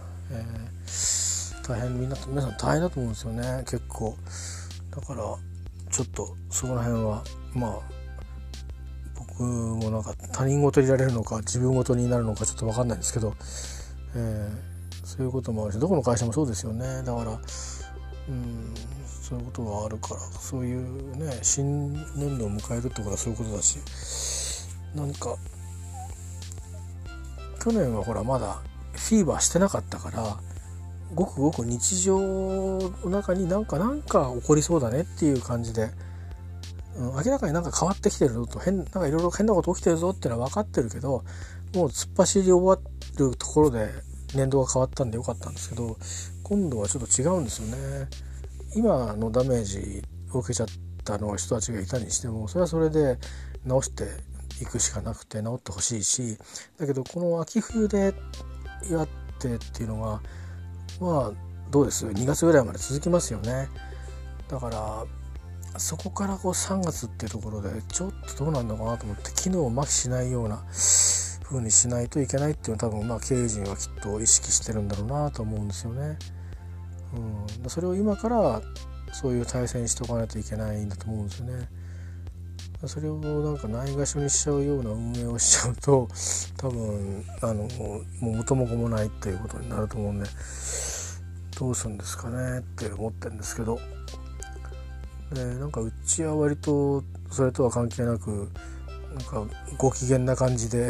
大変皆さん大変だと思うんですよね結構。だからちょっとそこら辺は僕もなんか他人事になれるのか自分事になるのかちょっと分かんないんですけど、そういうこともあるし、どこの会社もそうですよね。だからそういうことがあるから、そういうね新年度を迎えるってことはそういうことだし、なんか去年はほらまだフィーバーしてなかったから、ごくごく日常の中になんか起こりそうだねっていう感じで、明らかになんか変わってきてるぞと、なんかいろいろ変なこと起きてるぞっていうのは分かってるけど、もう突っ走り終わるところで年度が変わったんでよかったんですけど、今度はちょっと違うんですよね。今のダメージを受けちゃったの人たちがいたにしても、それはそれで直していくしかなくて、直ってほしいし、だけどこの秋冬でやってっていうのはまあどうです、2月ぐらいまで続きますよね。だからそこから3月っていうところでちょっとどうなんのかなと思って、機能を麻痺しないような風にしないといけないっていうのは多分経営陣はきっと意識してるんだろうなと思うんですよね。それを今からそういう対戦しておかないといけないんだと思うんですよね。それをなんかないがしろにしちゃうような運営をしちゃうと、多分もう元も子もないっていうことになると思うんで、どうするんですかねって思ってるんですけど、なんかうちは割とそれとは関係なくなんかご機嫌な感じで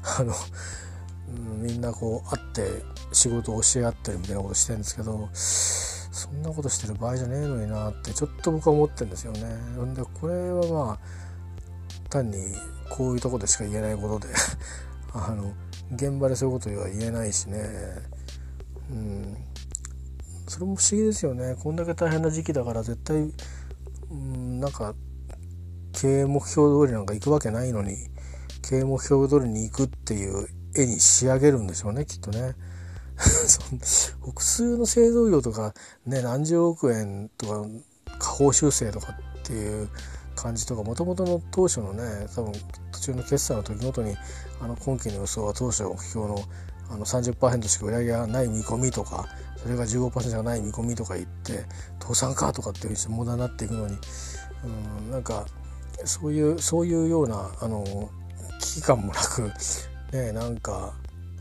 みんな会って仕事を教え合ってるみたいなことしてるんですけど、そんなことしてる場合じゃねえのになってちょっと僕は思ってるんですよね。でこれは単にこういうとこでしか言えないことで現場でそういうことは言えないしね。それも不思議ですよね。こんだけ大変な時期だから絶対なんか経営目標通りなんか行くわけないのに、経営目標通りに行くっていう絵に仕上げるんでしょうね、きっとね。複数の製造業とかね、何十億円とか下方修正とかっていう感じとか、もともとの当初のね、多分途中の決算の時ごとに今期の予想は当初目標の30% しか売り上げがない見込みとか、それが 15% しかない見込みとか言って倒産かとかっていうふうに無駄になっていくのに、なんかそういうような危機感もなくね、なんか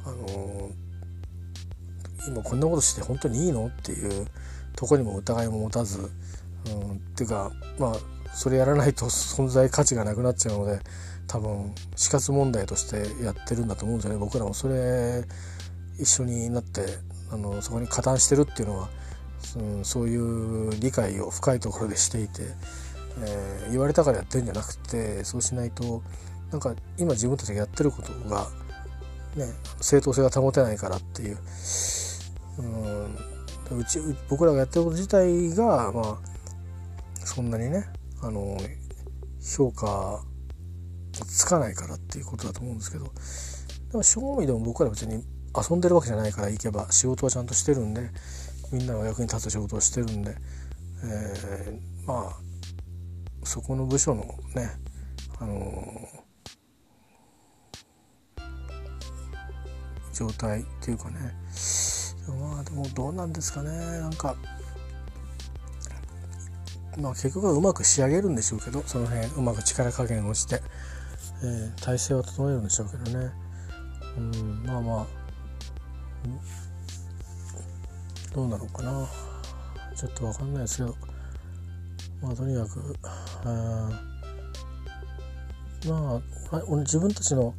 今こんなことして本当にいいのっていうとこにも疑いも持たず、っていうかそれやらないと存在価値がなくなっちゃうので、多分死活問題としてやってるんだと思うんですよね。僕らもそれ一緒になってそこに加担してるっていうのは、そういう理解を深いところでしていて、言われたからやってるんじゃなくて、そうしないとなんか今自分たちがやってることがね、正当性が保てないからっていう、僕らがやってること自体がそんなにね評価つかないからっていうことだと思うんですけど、でも正味でも僕ら別に遊んでるわけじゃないから、行けば仕事はちゃんとしてるんで、みんなの役に立つ仕事をしてるんで、そこの部署のね状態っていうかね、でもどうなんですかね。なんか結局はうまく仕上げるんでしょうけど、その辺うまく力加減をして、体制を整えるんでしょうけどね。どうなのかな、ちょっと分かんないですけど、とにかく自分たちの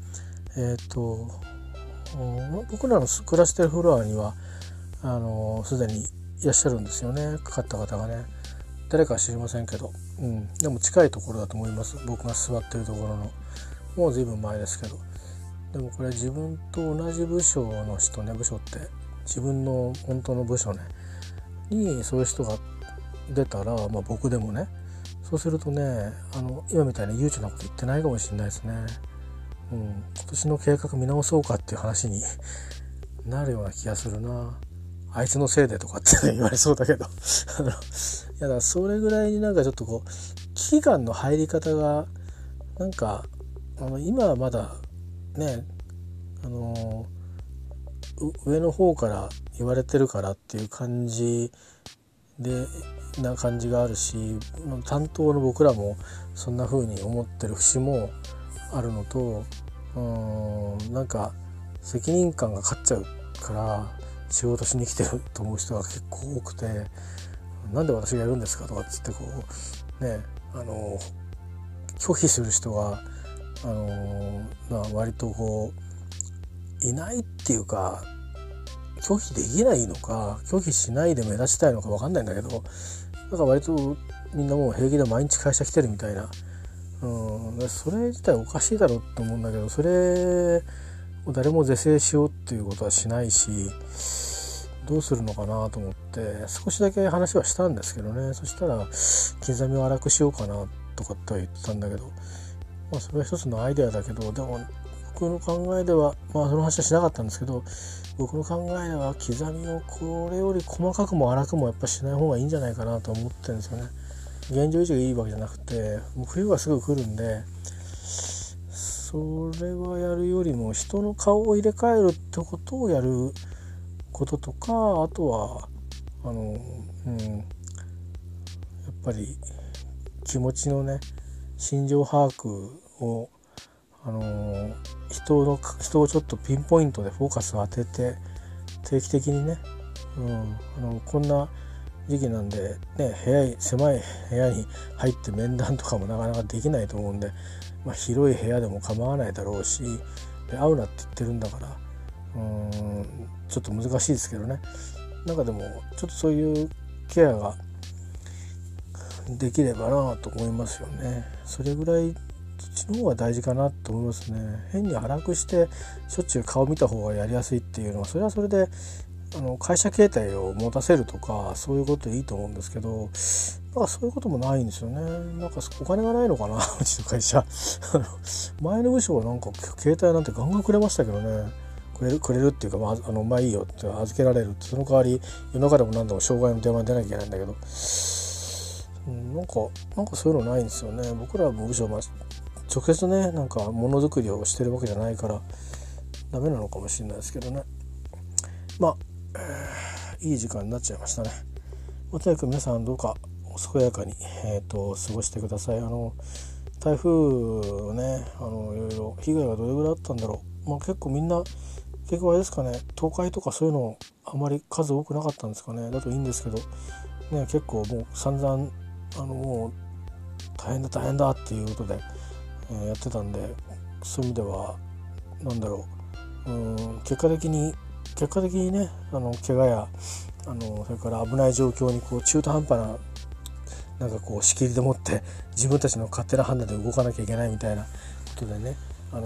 僕らの暮らしてるフロアにはすでにいらっしゃるんですよね、かかった方がね。誰かは知りませんけど、でも近いところだと思います。僕が座ってるところのもう随分前ですけど。でもこれ自分と同じ部署の人ね、部署って自分の本当の部署ねにそういう人が出たら、僕でもね、そうするとね今みたいに悠長なこと言ってないかもしれないですね。今年の計画見直そうかっていう話になるような気がするな。あいつのせいでとかって言われそうだけどいや、それぐらいになんかちょっと危機感の入り方がなんか今はまだね上の方から言われてるからっていう感じな感じがあるし、担当の僕らもそんな風に思ってる節もあるのと、なんか責任感が勝っちゃうから仕事しに来てると思う人が結構多くて、なんで私がやるんですかとかっつってこうね、拒否する人が割とこういないっていうか、拒否できないのか拒否しないで目立ちたいのか分かんないんだけど、なんか割とみんなもう平気で毎日会社来てるみたいな、それ自体おかしいだろうと思うんだけど、それを誰も是正しようっていうことはしないし、どうするのかなと思って少しだけ話はしたんですけどね。そしたら刻みを粗くしようかなとかっては言ってたんだけど、それは一つのアイデアだけど、でも僕の考えでは、その話はしなかったんですけど、僕の考えでは刻みをこれより細かくも粗くもやっぱしない方がいいんじゃないかなと思ってるんですよね。現状維持がいいわけじゃなくて、もう冬がすぐ来るんで、それはやるよりも人の顔を入れ替えるってことをやることとか、あとはやっぱり気持ちのね、心情把握を人をちょっとピンポイントでフォーカスを当てて定期的にね、こんな時期なんでね、狭い部屋に入って面談とかもなかなかできないと思うんで、広い部屋でも構わないだろうし、で会うなって言ってるんだからちょっと難しいですけどね。なんかでもちょっとそういうケアができればなと思いますよね。それぐらいそっちの方が大事かなと思いますね。変に粗くしてしょっちゅう顔見た方がやりやすいっていうのは、それはそれで会社形態を持たせるとかそういうことでいいと思うんですけど、そういうこともないんですよね。なんかお金がないのかなうちの会社前の部署はなんか携帯なんてガンガンくれましたけどね。くれるっていうか、いいよって預けられるって、その代わり夜中でも何でも障害の電話に出なきゃいけないんだけど、なんかそういうのないんですよね。僕らは部署直接ね、なんかものづくりをしてるわけじゃないからダメなのかもしれないですけどね。いい時間になっちゃいましたね。とにかく皆さんどうか健やかに、過ごしてください。台風ね、いろいろ被害がどれぐらいあったんだろう。結構みんなあれですかね、倒壊とかそういうのあまり数多くなかったんですかね。だといいんですけどね、結構もう散々もう大変だっていうことで、やってたんで、そういう意味では結果的にね、怪我やそれから危ない状況に中途半端な仕切りでもって自分たちの勝手な判断で動かなきゃいけないみたいなことでね、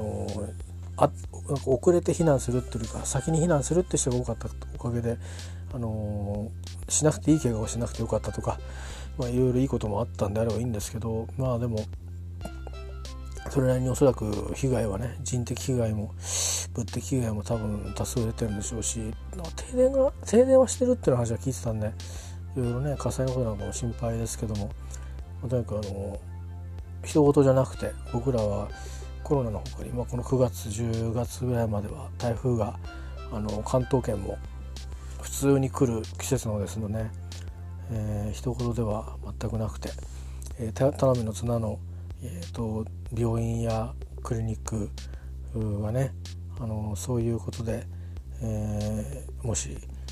遅れて避難するっていうか先に避難するって人が多かったおかげで、しなくていい怪我をしなくてよかったとか、いろいろいいこともあったんであればいいんですけど、でもそれなりにおそらく被害はね、人的被害も物的被害も多分多数出てるんでしょうし、停電はしてるっていう話は聞いてたんで、いろいろね火災のことなんかも心配ですけども、とにかく人事じゃなくて、僕らはコロナの他に、この9月10月ぐらいまでは台風が関東圏も普通に来る季節のですので、一言では全くなくて、只見の綱の、病院やクリニックはね、そういうことで、もし、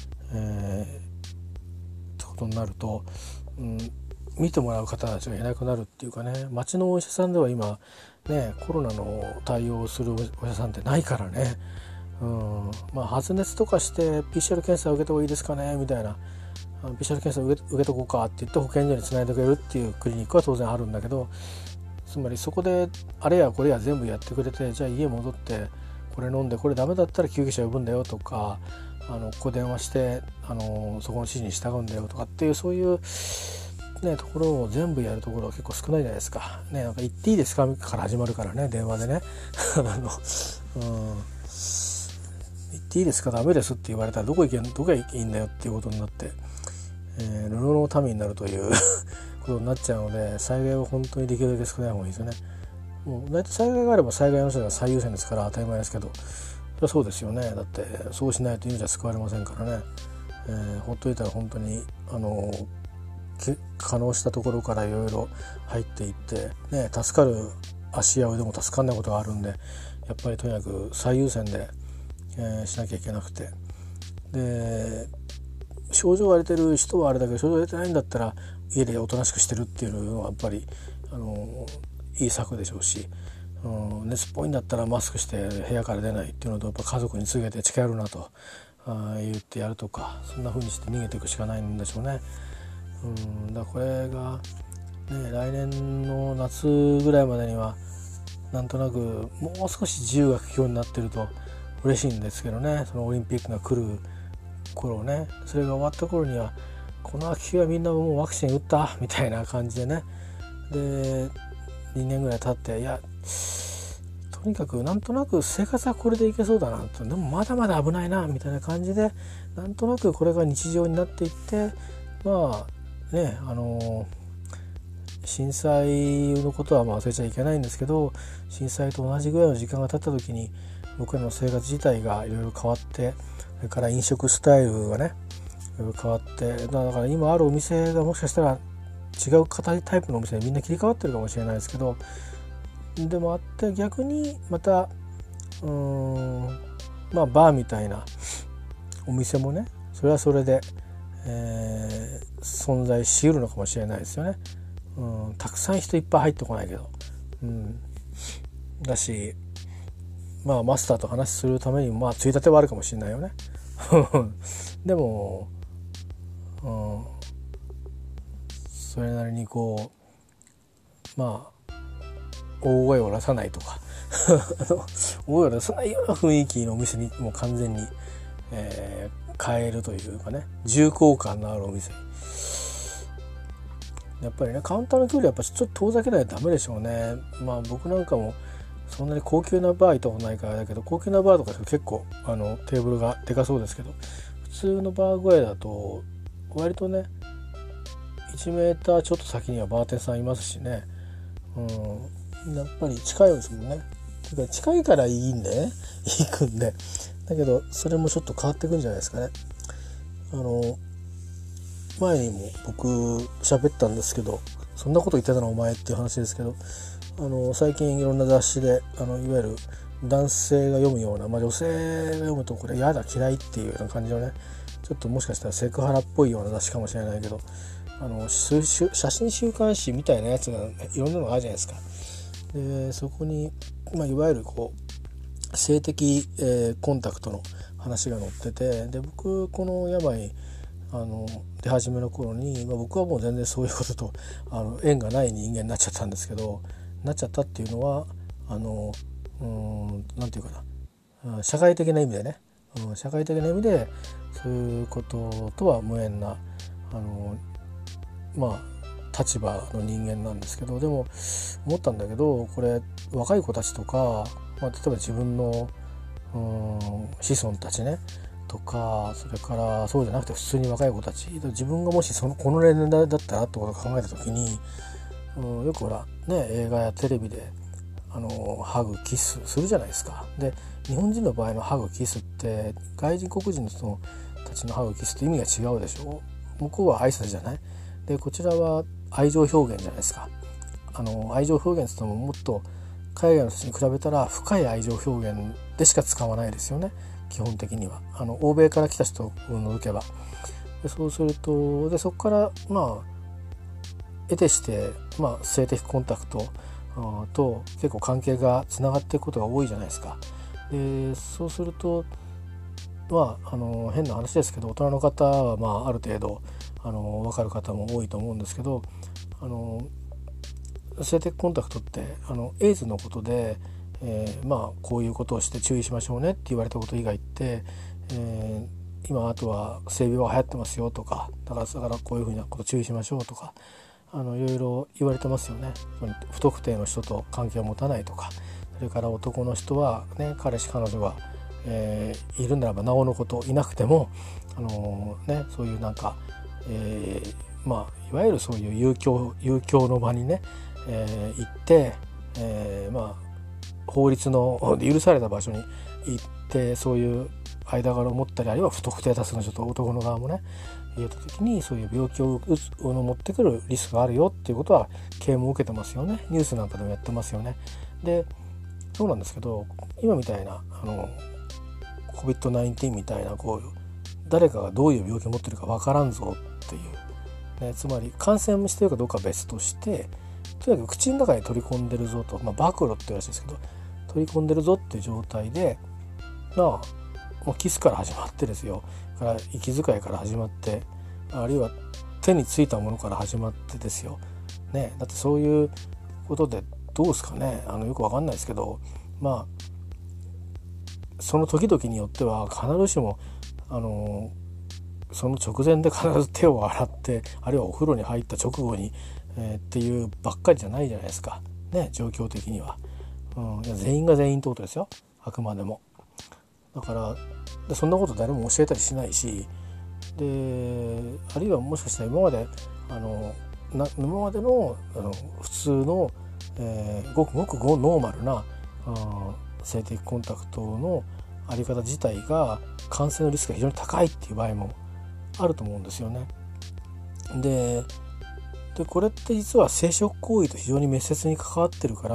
ってことになると、見てもらう方たちがいなくなるっていうかね、町のお医者さんでは今ね、コロナの対応をするお医者さんってないからね、発熱とかして PCR 検査を受けた方がいいですかねみたいな、PCR 検査を受けとこうかって言って保健所につないでくれるっていうクリニックは当然あるんだけど、つまりそこであれやこれや全部やってくれて、じゃあ家戻ってこれ飲んでこれダメだったら救急車呼ぶんだよとか、ここ電話してそこの指示に従うんだよとかっていう、そういうところを全部やるところは結構少ないじゃないですか。なんか言っていいですかから始まるからね、電話でね言っていいですか、ダメですって言われたらどこがいいんだよっていうことになって、流浪の民になるということになっちゃうので、災害は本当にできるだけ少ない方がいいですよね。もう大体災害があれば災害の人が最優先ですから当たり前ですけど、それはそうですよね。だってそうしないと命は救われませんからね。ほっといたら本当に可能したところからいろいろ入っていって、助かる足や腕も助かんないことがあるんで、やっぱりとにかく最優先で、しなきゃいけなくて、で症状が出てる人はあれだけど、症状が出てないんだったら家でおとなしくしてるっていうのはやっぱりいい策でしょうし、熱っぽいんだったらマスクして部屋から出ないっていうのと、やっぱ家族に告げて近寄るなと言ってやるとか、そんな風にして逃げていくしかないんでしょうね。だからこれが、ね、来年の夏ぐらいまでにはなんとなくもう少し自由が利くようになってると嬉しいんですけどね。そのオリンピックが来る頃ね、それが終わった頃にはこの秋はみんなもうワクチン打ったみたいな感じでね、で2年ぐらい経って、いやとにかくなんとなく生活はこれでいけそうだなと、でもまだまだ危ないなみたいな感じで、なんとなくこれが日常になっていって、まあね、震災のことは忘れちゃいけないんですけど、震災と同じぐらいの時間が経った時に僕らの生活自体がいろいろ変わって、それから飲食スタイルがねいろいろ変わって、だから今あるお店がもしかしたら違うタイプのお店にみんな切り替わってるかもしれないですけど、でもあって逆にまたバーみたいなお店もね、それはそれで、存在し得るのかもしれないですよね。たくさん人いっぱい入ってこないけど、だし、マスターと話するためにもついたてはあるかもしれないよねでも、それなりにこう大声を出さないとか大声を出さないような雰囲気のお店にもう完全に、変えるというかね、重厚感のあるお店、やっぱりねカウンターの距離はやっぱちょっと遠ざけないとダメでしょうね。僕なんかもそんなに高級なバー行ったことないからだけど、高級なバーとか結構テーブルがでかそうですけど、普通のバーぐらいだと割とね1メーターちょっと先にはバーテンさんいますしね、やっぱり近いですもんね。近いからいいんでね行くんで、だけどそれもちょっと変わってくんじゃないですかね。前にも僕喋ったんですけど、そんなこと言ってたのお前っていう話ですけど、最近いろんな雑誌でいわゆる男性が読むような、女性が読むとこれ嫌だ嫌いっていうような感じのね、ちょっともしかしたらセクハラっぽいような雑誌かもしれないけど、写真週刊誌みたいなやつがいろんなのがあるじゃないですか。でそこに、いわゆるこう性的、コンタクトの話が載ってて、で僕この病出始めの頃に、僕はもう全然そういうことと縁がない人間になっちゃったんですけど、なっちゃったっていうのはなんていうかな、社会的な意味でね、社会的な意味でそういうこととは無縁な立場の人間なんですけど、でも思ったんだけど、これ若い子たちとか、例えば自分の子孫たちねとか、それからそうじゃなくて普通に若い子たち、自分がもしこの年代だったらってことを考えた時に、よくほらね映画やテレビでハグキスするじゃないですか。で日本人の場合のハグキスって外国人の人たちのハグキスって意味が違うでしょ。向こうは挨拶じゃない。でこちらは愛情表現じゃないですか。愛情表現って言ってももっと海外の人に比べたら深い愛情表現でしか使わないですよね、基本的には。欧米から来た人を除けば。でそうするとそこから得てして、性的コンタクトと結構関係がつながっていくことが多いじゃないですか。でそうすると変な話ですけど、大人の方はある程度分かる方も多いと思うんですけど、性的コンタクトってエイズのことで、こういうことをして注意しましょうねって言われたこと以外って、今あとは性病が流行ってますよとか、だからこういうふうなこと注意しましょうとかいろいろ言われてますよね。不特定の人と関係を持たないとか、それから男の人はね、彼氏彼女が、いるならばなおのこと、いなくてもそういういわゆるそういう遊興の場にね、行って、法律の許された場所に行って、そういう間柄を持ったり、あるいは不特定多数の人と男の側もね言えた時にそういう病気を持ってくるリスクがあるよっていうことは啓蒙を受けてますよね。ニュースなんかでもやってますよね。でそうなんですけど、今みたいなCOVID-19 みたいなこう誰かがどういう病気を持ってるか分からんぞっていう、ね、つまり感染してるかどうかは別として、とにかく口の中に取り込んでるぞと、暴露って言うらしいですけど、取り込んでるぞっていう状態で、もうキスから始まってですよ、から息遣いから始まって、あるいは手についたものから始まってですよ、ね、だってそういうことでどうですかね、よくわかんないですけど、その時々によっては必ずしもその直前で必ず手を洗って、あるいはお風呂に入った直後に、っていうばっかりじゃないじゃないですか、ね、状況的には、いや全員が全員ってことですよ、あくまでも。だからそんなこと誰も教えたりしないし、であるいはもしかしたら今までの普通の、ごくごくノーマルな性的コンタクトのあり方自体が感染のリスクが非常に高いっていう場合もあると思うんですよね。でこれって実は生殖行為と非常に密接に関わってるから、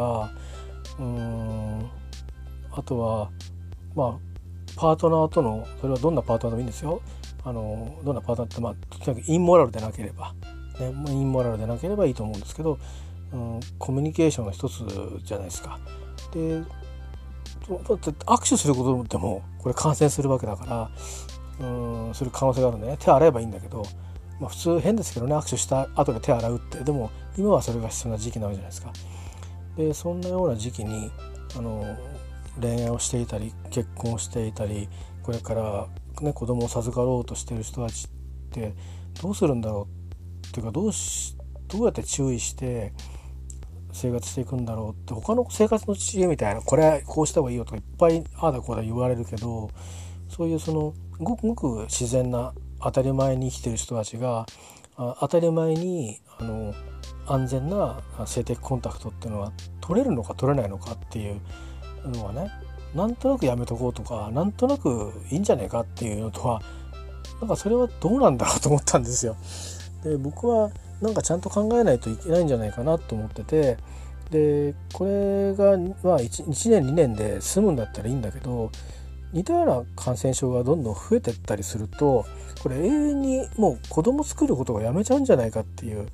あとはパートナーとの、それはどんなパートナーでもいいんですよ。どんなパートナーってとにかくインモラルでなければ、ね、インモラルでなければいいと思うんですけど、コミュニケーションの一つじゃないですか。でだって握手することでもこれ感染するわけだから、する可能性があるんでね、手洗えばいいんだけど、普通変ですけどね、握手した後で手洗うって。でも今はそれが必要な時期なわけじゃないですか。でそんなような時期に恋愛をしていたり結婚をしていたり、これから、ね、子供を授かろうとしている人たちってどうするんだろうっていうか、どうやって注意して生活していくんだろうって、他の生活の知恵みたいな、これこうした方がいいよとかいっぱいああだこうだ言われるけど、そういうごくごく自然な当たり前に生きてる人たちが当たり前に安全な性的コンタクトっていうのは取れるのか取れないのかっていうのはね、なんとなくやめとこうとか、なんとなくいいんじゃないかっていうのとは、なんかそれはどうなんだろうと思ったんですよ。で僕はなんかちゃんと考えないといけないんじゃないかなと思ってて、でこれが1年2年で済むんだったらいいんだけど、似たような感染症がどんどん増えていったりすると、これ永遠にもう子供作ることがやめちゃうんじゃないかっていう、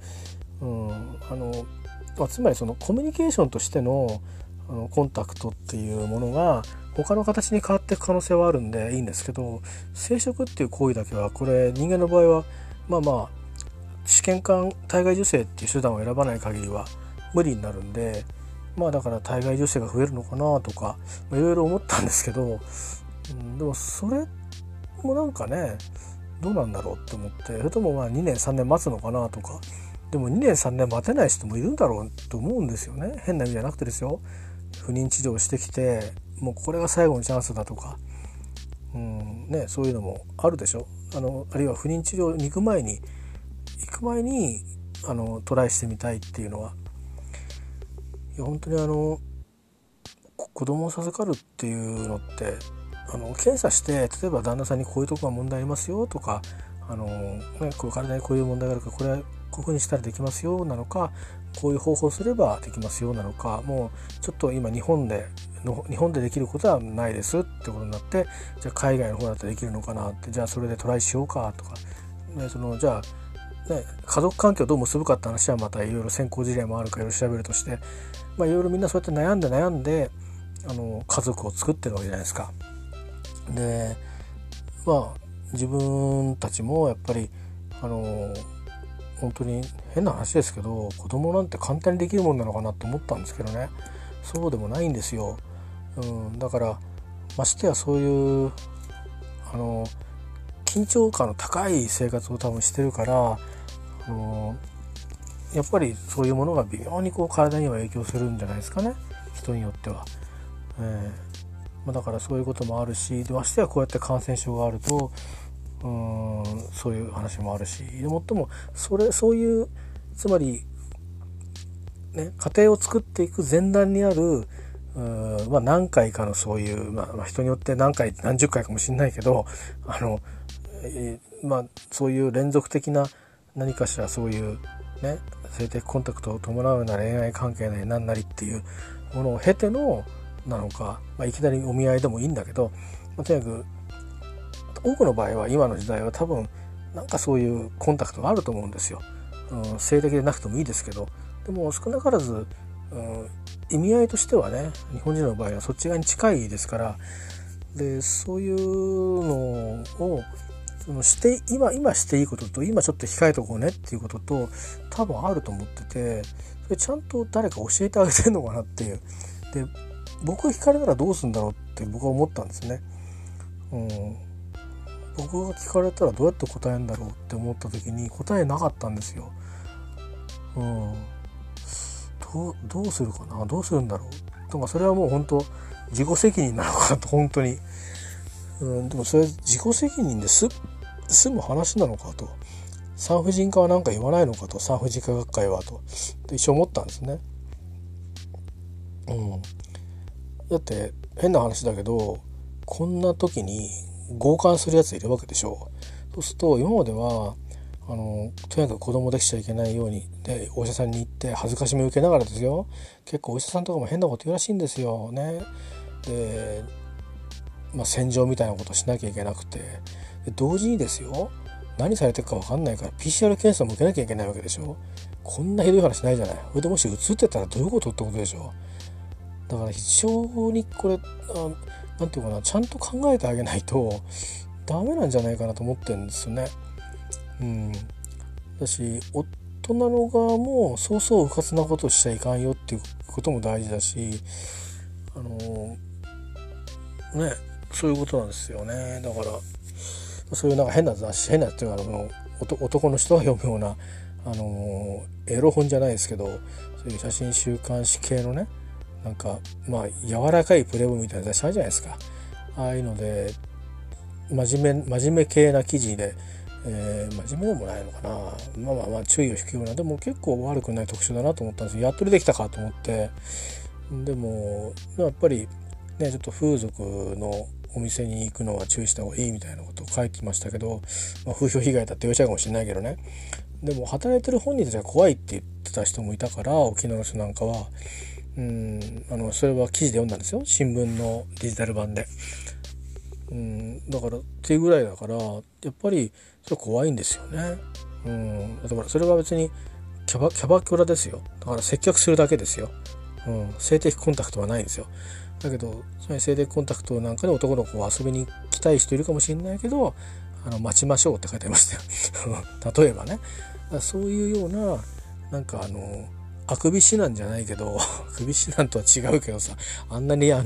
つまりそのコミュニケーションとしてのコンタクトっていうものが他の形に変わっていく可能性はあるんでいいんですけど、生殖っていう行為だけはこれ人間の場合は試験管体外受精っていう手段を選ばない限りは無理になるんで、だから体外受精が増えるのかなとかいろいろ思ったんですけど、でもそれもなんかね、どうなんだろうって思って、それとも2年3年待つのかなとか。でも2年3年待てない人もいるんだろうと思うんですよね。変な意味じゃなくてですよ、不妊治療してきてもうこれが最後のチャンスだとか、そういうのもあるでしょ。あるいは不妊治療に行く前にトライしてみたいっていうのは、いや本当に子供を授かるっていうのって検査して、例えば旦那さんにこういうとこが問題ありますよとか、こう体にこういう問題があるからこれはこういうふうにしたらできますよなのか、こういう方法すればできますよなのか、もうちょっと今日本でできることはないですってことになって、じゃあ海外の方だったらできるのかなって、じゃあそれでトライしようかとか、じゃあ家族関係をどう結ぶかって話はまたいろいろ先行事例もあるからいろいろ調べるとして、いろいろみんなそうやって悩んで家族を作ってるわけじゃないですか。で自分たちもやっぱり本当に変な話ですけど、子供なんて簡単にできるもんなのかなと思ったんですけどね、そうでもないんですよ。だからましてやそういう緊張感の高い生活を多分してるから、やっぱりそういうものが微妙に体には影響するんじゃないですかね、人によっては。だからそういうこともあるし、ましてやこうやって感染症があるとそういう話もあるし、でもっともそういうつまり、家庭を作っていく前段にある何回かのそういう、人によって何十回かもしれないけどそういう連続的な何かしらそういうね性的コンタクトを伴うような恋愛関係なり何なりっていうものを経てのなのか、いきなりお見合いでもいいんだけど、とにかく多くの場合は今の時代は多分なんかそういうコンタクトがあると思うんですよ。性的でなくてもいいですけど、でも少なからず、意味合いとしてはね日本人の場合はそっち側に近いですから、でそういうのを今していいことと今ちょっと控えとこうねっていうことと多分あると思ってて、それちゃんと誰か教えてあげてるのかなっていう。で僕が聞かれたらどうするんだろうって僕は思ったんですね。僕が聞かれたらどうやって答えるんだろうって思った時に答えなかったんですよ。どうするかな、どうするんだろうとか、それはもう本当自己責任なのかと本当に、でもそれ自己責任で済む話なのかと、産婦人科は何か言わないのかと、産婦人科学会はと一生思ったんですね。だって変な話だけどこんな時に強姦するやついるわけでしょ。そうすると今まではとにかく子供できちゃいけないようにでお医者さんに行って恥ずかしみを受けながらですよ。結構お医者さんとかも変なこと言うらしいんですよね。で洗浄みたいなことしなきゃいけなくて、で同時にですよ、何されてるか分かんないから PCR 検査も受けなきゃいけないわけでしょ。こんなひどい話ないじゃない。それでもし移ってたらどういうことってことでしょ。だから非常にこれなんていうかな、ちゃんと考えてあげないとダメなんじゃないかなと思ってるんですよね。だし大人の側もそうそううかつなことをしちゃいかんよっていうことも大事だし、そういうことなんですよね。だからそういうなんか変な雑誌、変なっていうか男の人が読むようなエロ本じゃないですけど、そういう写真週刊誌系のね、なんか柔らかいプレブみたいな雑誌あるじゃないですか。ああいうので真面目系な記事で、真面目でもないのかな、注意を引くような、でも結構悪くない特集だなと思ったんですよ。やっと出てきたかと思って。でもやっぱりね、ちょっと風俗のお店に行くのは注意した方がいいみたいなことを書いてましたけど、風評被害だって言われちゃうかもしれないけどね。でも働いてる本人たちは怖いって言ってた人もいたから、沖縄の人なんかはそれは記事で読んだんですよ、新聞のデジタル版で。だからっていうぐらいだから、やっぱりそれ怖いんですよね。だからそれは別にキャバクラですよ。だから接客するだけですよ。性的コンタクトはないんですよ。だけどつまり性的コンタクトなんかで男の子を遊びに来たい人いるかもしれないけど、待ちましょうって書いてありましたよ例えばね。そういうようななんかあくび指南じゃないけどあくび指南とは違うけどさ、あんなに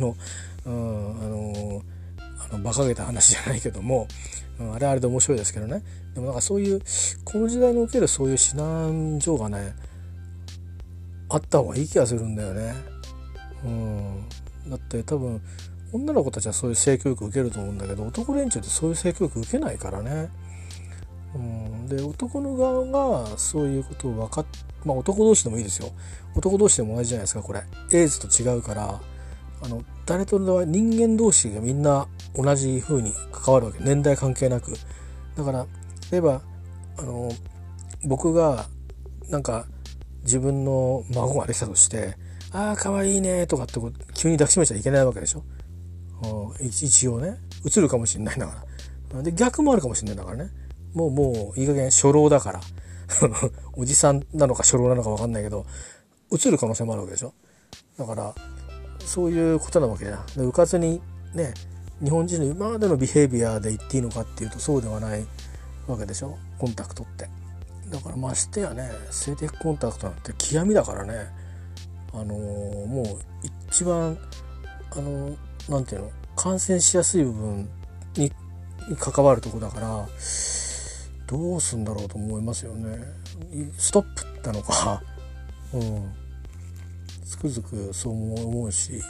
馬鹿げた話じゃないけども、あれはあれで面白いですけどね。でもなんかそういうこの時代におけるそういう指南所がねあった方がいい気がするんだよね。だって多分女の子たちはそういう性教育受けると思うんだけど、男連中ってそういう性教育受けないからね。で男の側がそういうことを分かっ男同士でもいいですよ。男同士でも同じじゃないですか。これエイズと違うから、誰とでは人間同士がみんな同じ風に関わるわけ、年代関係なく。だから例えば僕がなんか自分の孫ができたとして、ああ可愛いねとかって急に抱きしめちゃいけないわけでしょ。一応ね、映るかもしれないんだから。で逆もあるかもしれないんだからね。もういい加減初老だからおじさんなのか初老なのか分かんないけど映る可能性もあるわけでしょ。だからそういうことなわけじゃん。でうかつにね、日本人の今までのビヘイビアで言っていいのかっていうとそうではないわけでしょ、コンタクトって。だからましてやね、性的コンタクトなんて極みだからね。もう一番なんていうの、感染しやすい部分に関わるとこだから、どうすんだろうと思いますよね。ストップなのかつくづくそう思うし、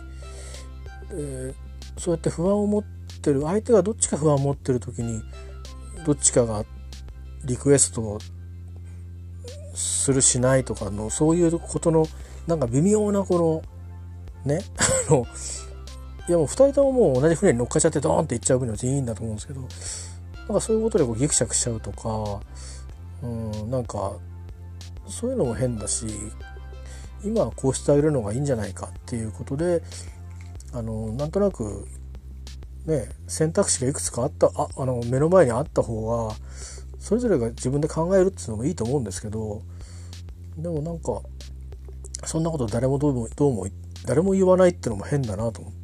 そうやって不安を持ってる相手がどっちか不安を持ってる時にどっちかがリクエストをするしないとかのそういうことのなんか微妙なこのねいやもう2人とももう同じ船に乗っかっちゃってドーンって行っちゃう分にはいいんだと思うんですけど、 なんかそういうことでこうギクシャクしちゃうとか、なんかそういうのも変だし、今はこうしてあげるのがいいんじゃないかっていうことで、なんとなくね、選択肢がいくつか目の前にあった方がそれぞれが自分で考えるっていうのもいいと思うんですけど、でもなんかそんなこと誰も誰も言わないっていうのも変だなと思って、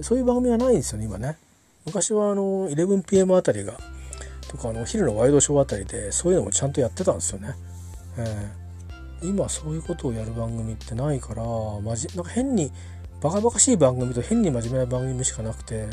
そういう番組はないんですよね今ね。昔は11PM あたりがとかお昼のワイドショーあたりでそういうのもちゃんとやってたんですよね。今そういうことをやる番組ってないから、なんか変にバカバカしい番組と変に真面目な番組しかなくて、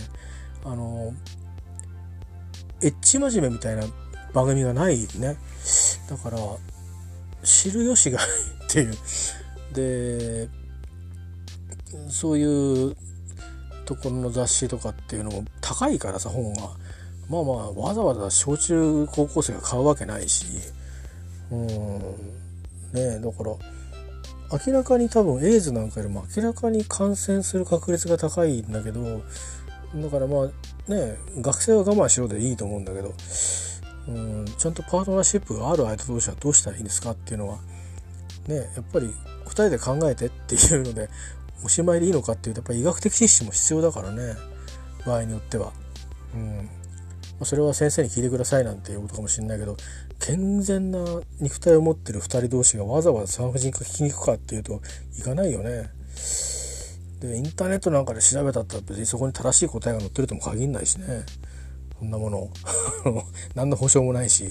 エッチ真面目みたいな番組がないね。だから知る由がないっていうで、そういうところの雑誌とかっていうのも高いからさ、本がまあわざわざ小中高校生が買うわけないし、ね、だから明らかに多分エイズなんかよりも明らかに感染する確率が高いんだけど、だからまあね、学生は我慢しろでいいと思うんだけど、ちゃんとパートナーシップがある相手同士はどうしたらいいんですかっていうのはね、やっぱり2人で考えてっていうのでおしまいでいいのかっていうと、やっぱり医学的知識も必要だからね、場合によっては。それは先生に聞いてくださいなんていうことかもしれないけど、健全な肉体を持ってる2人同士がわざわざ産婦人科聞きに行くかっていうといかないよね。でインターネットなんかで調べたって別にそこに正しい答えが載ってるとも限んないしね、そんなもの何の保証もないし、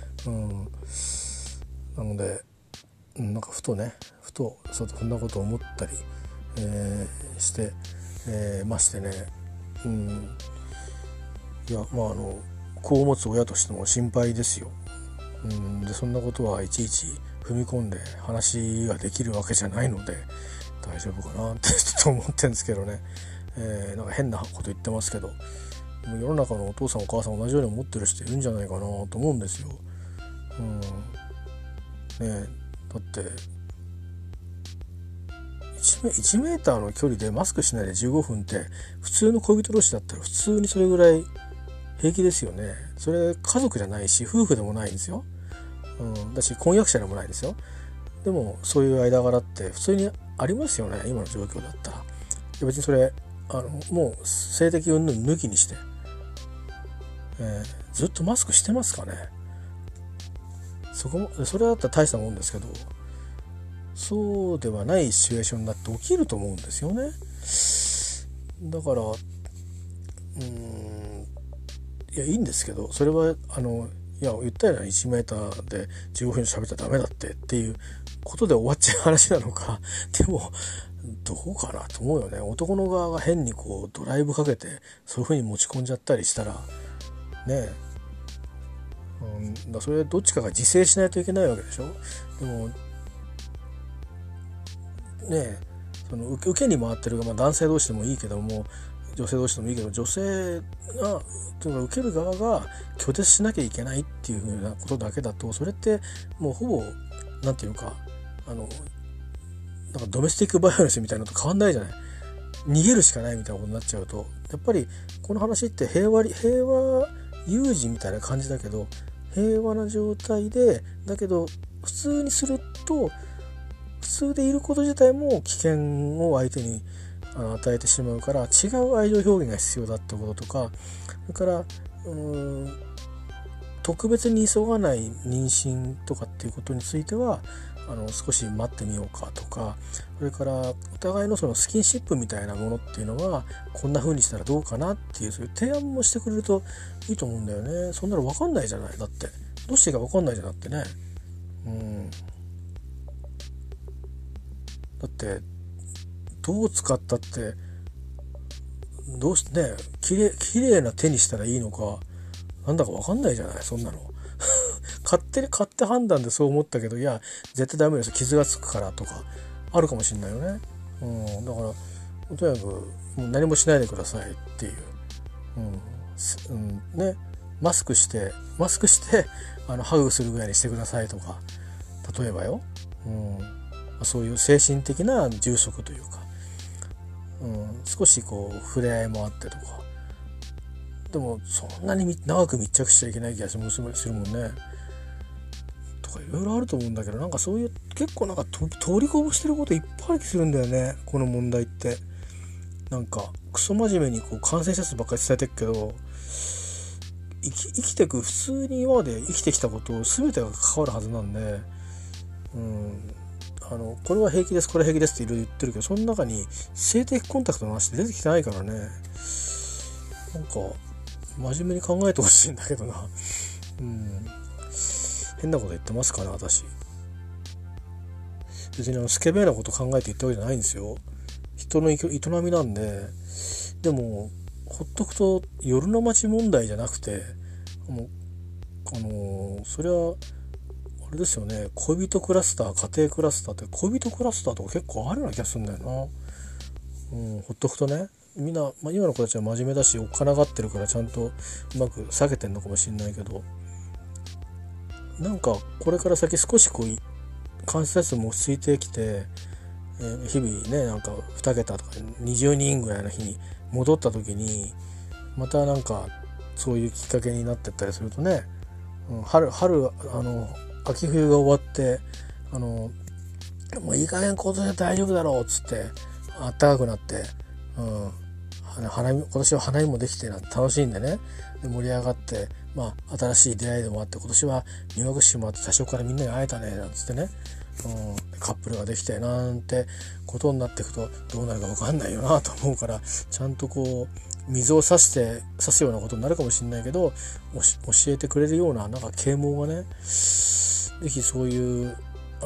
なので、なんかふとそんなことを思ったり、して、ましてね、いや子を持つ親としても心配ですよ。でそんなことはいちいち踏み込んで話ができるわけじゃないので大丈夫かなってちょっと思ってるんですけどね、なんか変なこと言ってますけど、でも世の中のお父さんお母さん同じように思ってる人いるんじゃないかなと思うんですよ。だって1メーターの距離でマスクしないで15分って普通の恋人同士だったら普通にそれぐらい平気ですよね。それ家族じゃないし夫婦でもないんですよ。だし婚約者でもないですよ。でもそういう間柄って普通にありますよね、今の状況だったら。別にそれもう性的云々抜きにして、ずっとマスクしてますかね。それだったら大したもんですけど、そうではないシチュエーションだって起きると思うんですよね。だからいやいいんですけど、それはいや言ったような1メーターで15分喋ったらダメだっていうことで終わっちゃう話なのかでもどうかなと思うよね。男の側が変にこうドライブかけてそういう風に持ち込んじゃったりしたらね、それどっちかが自制しないといけないわけでしょ。でもね、その受けに回ってるが、男性同士でもいいけども女性同士でもいいけど、女性がというか受ける側が拒絶しなきゃいけないっていう風なことだけだと、それってもうほぼなんていうかなんかドメスティックバイオレンスみたいなのと変わんないじゃない。逃げるしかないみたいなことになっちゃうと、やっぱりこの話って平和有事みたいな感じだけど、平和な状態でだけど普通にすると普通でいること自体も危険を相手に与えてしまうから、違う愛情表現が必要だってこととか、それから特別に急がない妊娠とかっていうことについては少し待ってみようかとか、それからお互いのそのスキンシップみたいなものっていうのはこんな風にしたらどうかなっていう、そういう提案もしてくれるといいと思うんだよね。そんなの分かんないじゃない。だってどうしていいか分かんないじゃなくてね。だってどう使ったってどうしてね、綺麗な手にしたらいいのかなんだか分かんないじゃない、そんなの勝手判断でそう思ったけど、いや絶対ダメです、傷がつくからとかあるかもしれないよね。だからとにかくもう何もしないでくださいっていう、ね、マスクしてハグするぐらいにしてくださいとか、例えばよ、そういう精神的な充足というか、少しこう触れ合いもあってとか、 でもそんなに長く密着しちゃいけない気がするもんね。とかいろいろあると思うんだけど、なんかそういう結構なんか通りこぼしてることいっぱいある気するんだよね、この問題って。なんかクソ真面目にこう感染者数ばっかり伝えてるけど、生きてく普通に今まで生きてきたことを全てが関わるはずなんで、これは平気です、これは平気ですっていろいろ言ってるけど、その中に性的コンタクトの話って出てきてないからね。なんか真面目に考えてほしいんだけどな。変なこと言ってますかね、私。別にスケベなこと考えて言ったわけじゃないんですよ。人の営みなんで。でもほっとくと夜の街問題じゃなくて、もうそれはあれですよね。恋人クラスター、家庭クラスターって、恋人クラスターとか結構あるような気がするんだよな。ほっとくとね、みんな、今の子たちは真面目だしおっかながってるからちゃんとうまく避けてんのかもしれないけど、なんかこれから先少しこう感染者数も落ち着いてきて、日々ね、なんか2桁とか20人ぐらいの日に戻った時にまたなんかそういうきっかけになってったりするとね、春秋冬が終わってもういい加減今年は大丈夫だろうっつって暖かくなって、今年は花見もできて楽しんでね、で盛り上がって、新しい出会いでもあって、今年は入学式もあって最初からみんなに会えたねなんつってね、カップルができてなんてことになっていくとどうなるか分かんないよなと思うから、ちゃんとこう水を差すようなことになるかもしれないけど、教えてくれるようななんか啓蒙がね、ぜひそういう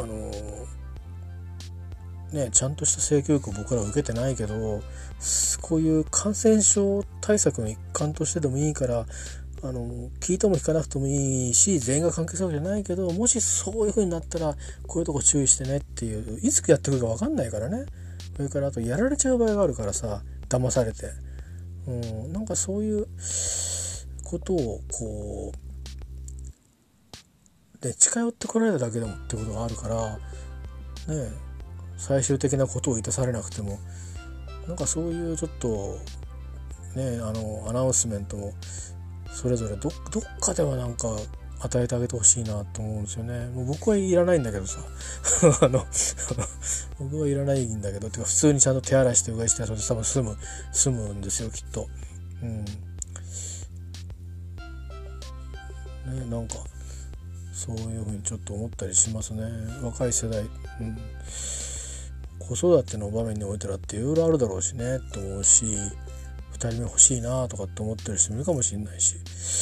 ちゃんとした性教育を僕らは受けてないけど、こういう感染症対策の一環としてでもいいから、聞いても聞かなくてもいいし、全員が関係するわけじゃないけど、もしそういう風になったらこういうとこ注意してねっていう、いつやってくるか分かんないからね。それからあとやられちゃう場合があるからさ、騙されて、なんかそういうことをこうで近寄ってこられただけでもってことがあるからね、最終的なことをいたされなくても、なんかそういうちょっとね、アナウンスメントもそれぞれどっかではなんか与えてあげてほしいなと思うんですよね。もう僕はいらないんだけどさ僕はいらないんだけど、てか普通にちゃんと手洗いしてうがいしてそれで多分済むんですよきっと。なんかそういうふうにちょっと思ったりしますね。若い世代、子育ての場面においてだっていろいろあるだろうしねと思うし、2人目欲しいなとかって思ってる人もいるかもしれないし、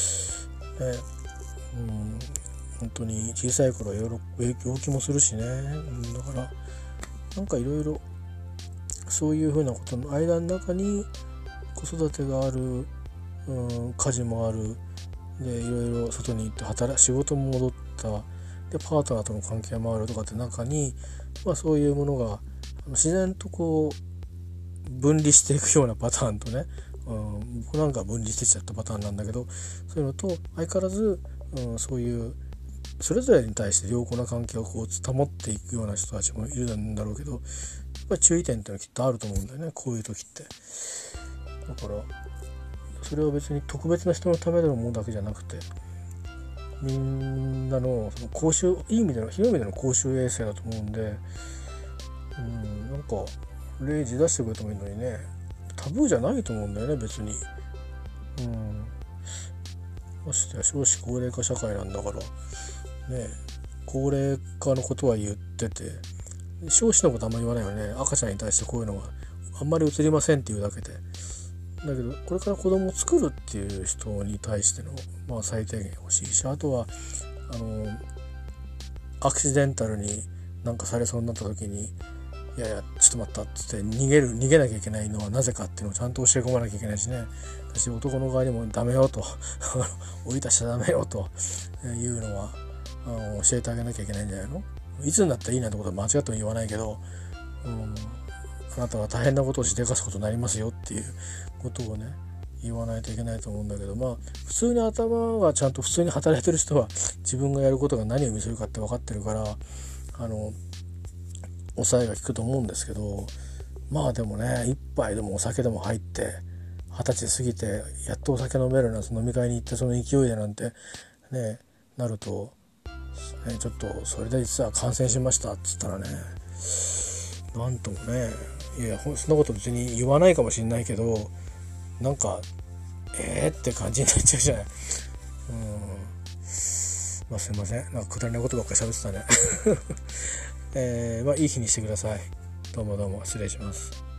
本当に小さい頃はいろいろ病気もするしね、だからなんかいろいろそういうふうなことの間の中に子育てがある、家事もあるで、いろいろ外に行って仕事も戻ったで、パートナーとの関係もあるとかって中に、そういうものが自然とこう分離していくようなパターンとね、僕なんか分離してきちゃったパターンなんだけど、そういうのと相変わらず、そういうそれぞれに対して良好な関係をこう保っていくような人たちもいるんだろうけど、やっぱり注意点っていうのはきっとあると思うんだよね、こういう時って。だからそれは別に特別な人のためのものだけじゃなくて、みんなのその公衆、いい意味での広い意味での公衆衛生だと思うんで、なんか例示出してくれてもいいのにね、タブーじゃないと思うんだよね別に。ましてや少子高齢化社会なんだからね、高齢化のことは言ってて、少子のことあんまり言わないよね。赤ちゃんに対してこういうのがあんまり映りませんっていうだけで、だけどこれから子供を作るっていう人に対しての、最低限欲しいし、あとはアクシデンタルになんかされそうになった時に、いやちょっと待ったって言って逃げなきゃいけないのはなぜかっていうのをちゃんと教え込まなきゃいけないしね。私男の側にもダメよと降りたしちゃダメよというのは教えてあげなきゃいけないんじゃないの。いつになったらいいなんてことは間違っても言わないけど、あなたは大変なことをしでかすことになりますよっていうことをね言わないといけないと思うんだけど、普通に頭がちゃんと普通に働いてる人は自分がやることが何を意味するかって分かってるから抑えが効くと思うんですけど、でもね、一杯でもお酒でも入って 20歳過ぎてやっとお酒飲めるな、その飲み会に行ってその勢いでなんてねなると、ね、ちょっとそれで実は感染しましたっつったらね、なんともね、いやそんなこと別に言わないかもしれないけど、なんかって感じになっちゃうじゃない。まあすいません、なんかくだらないことばっかり喋ってたねまあいい日にしてください。どうもどうも失礼します。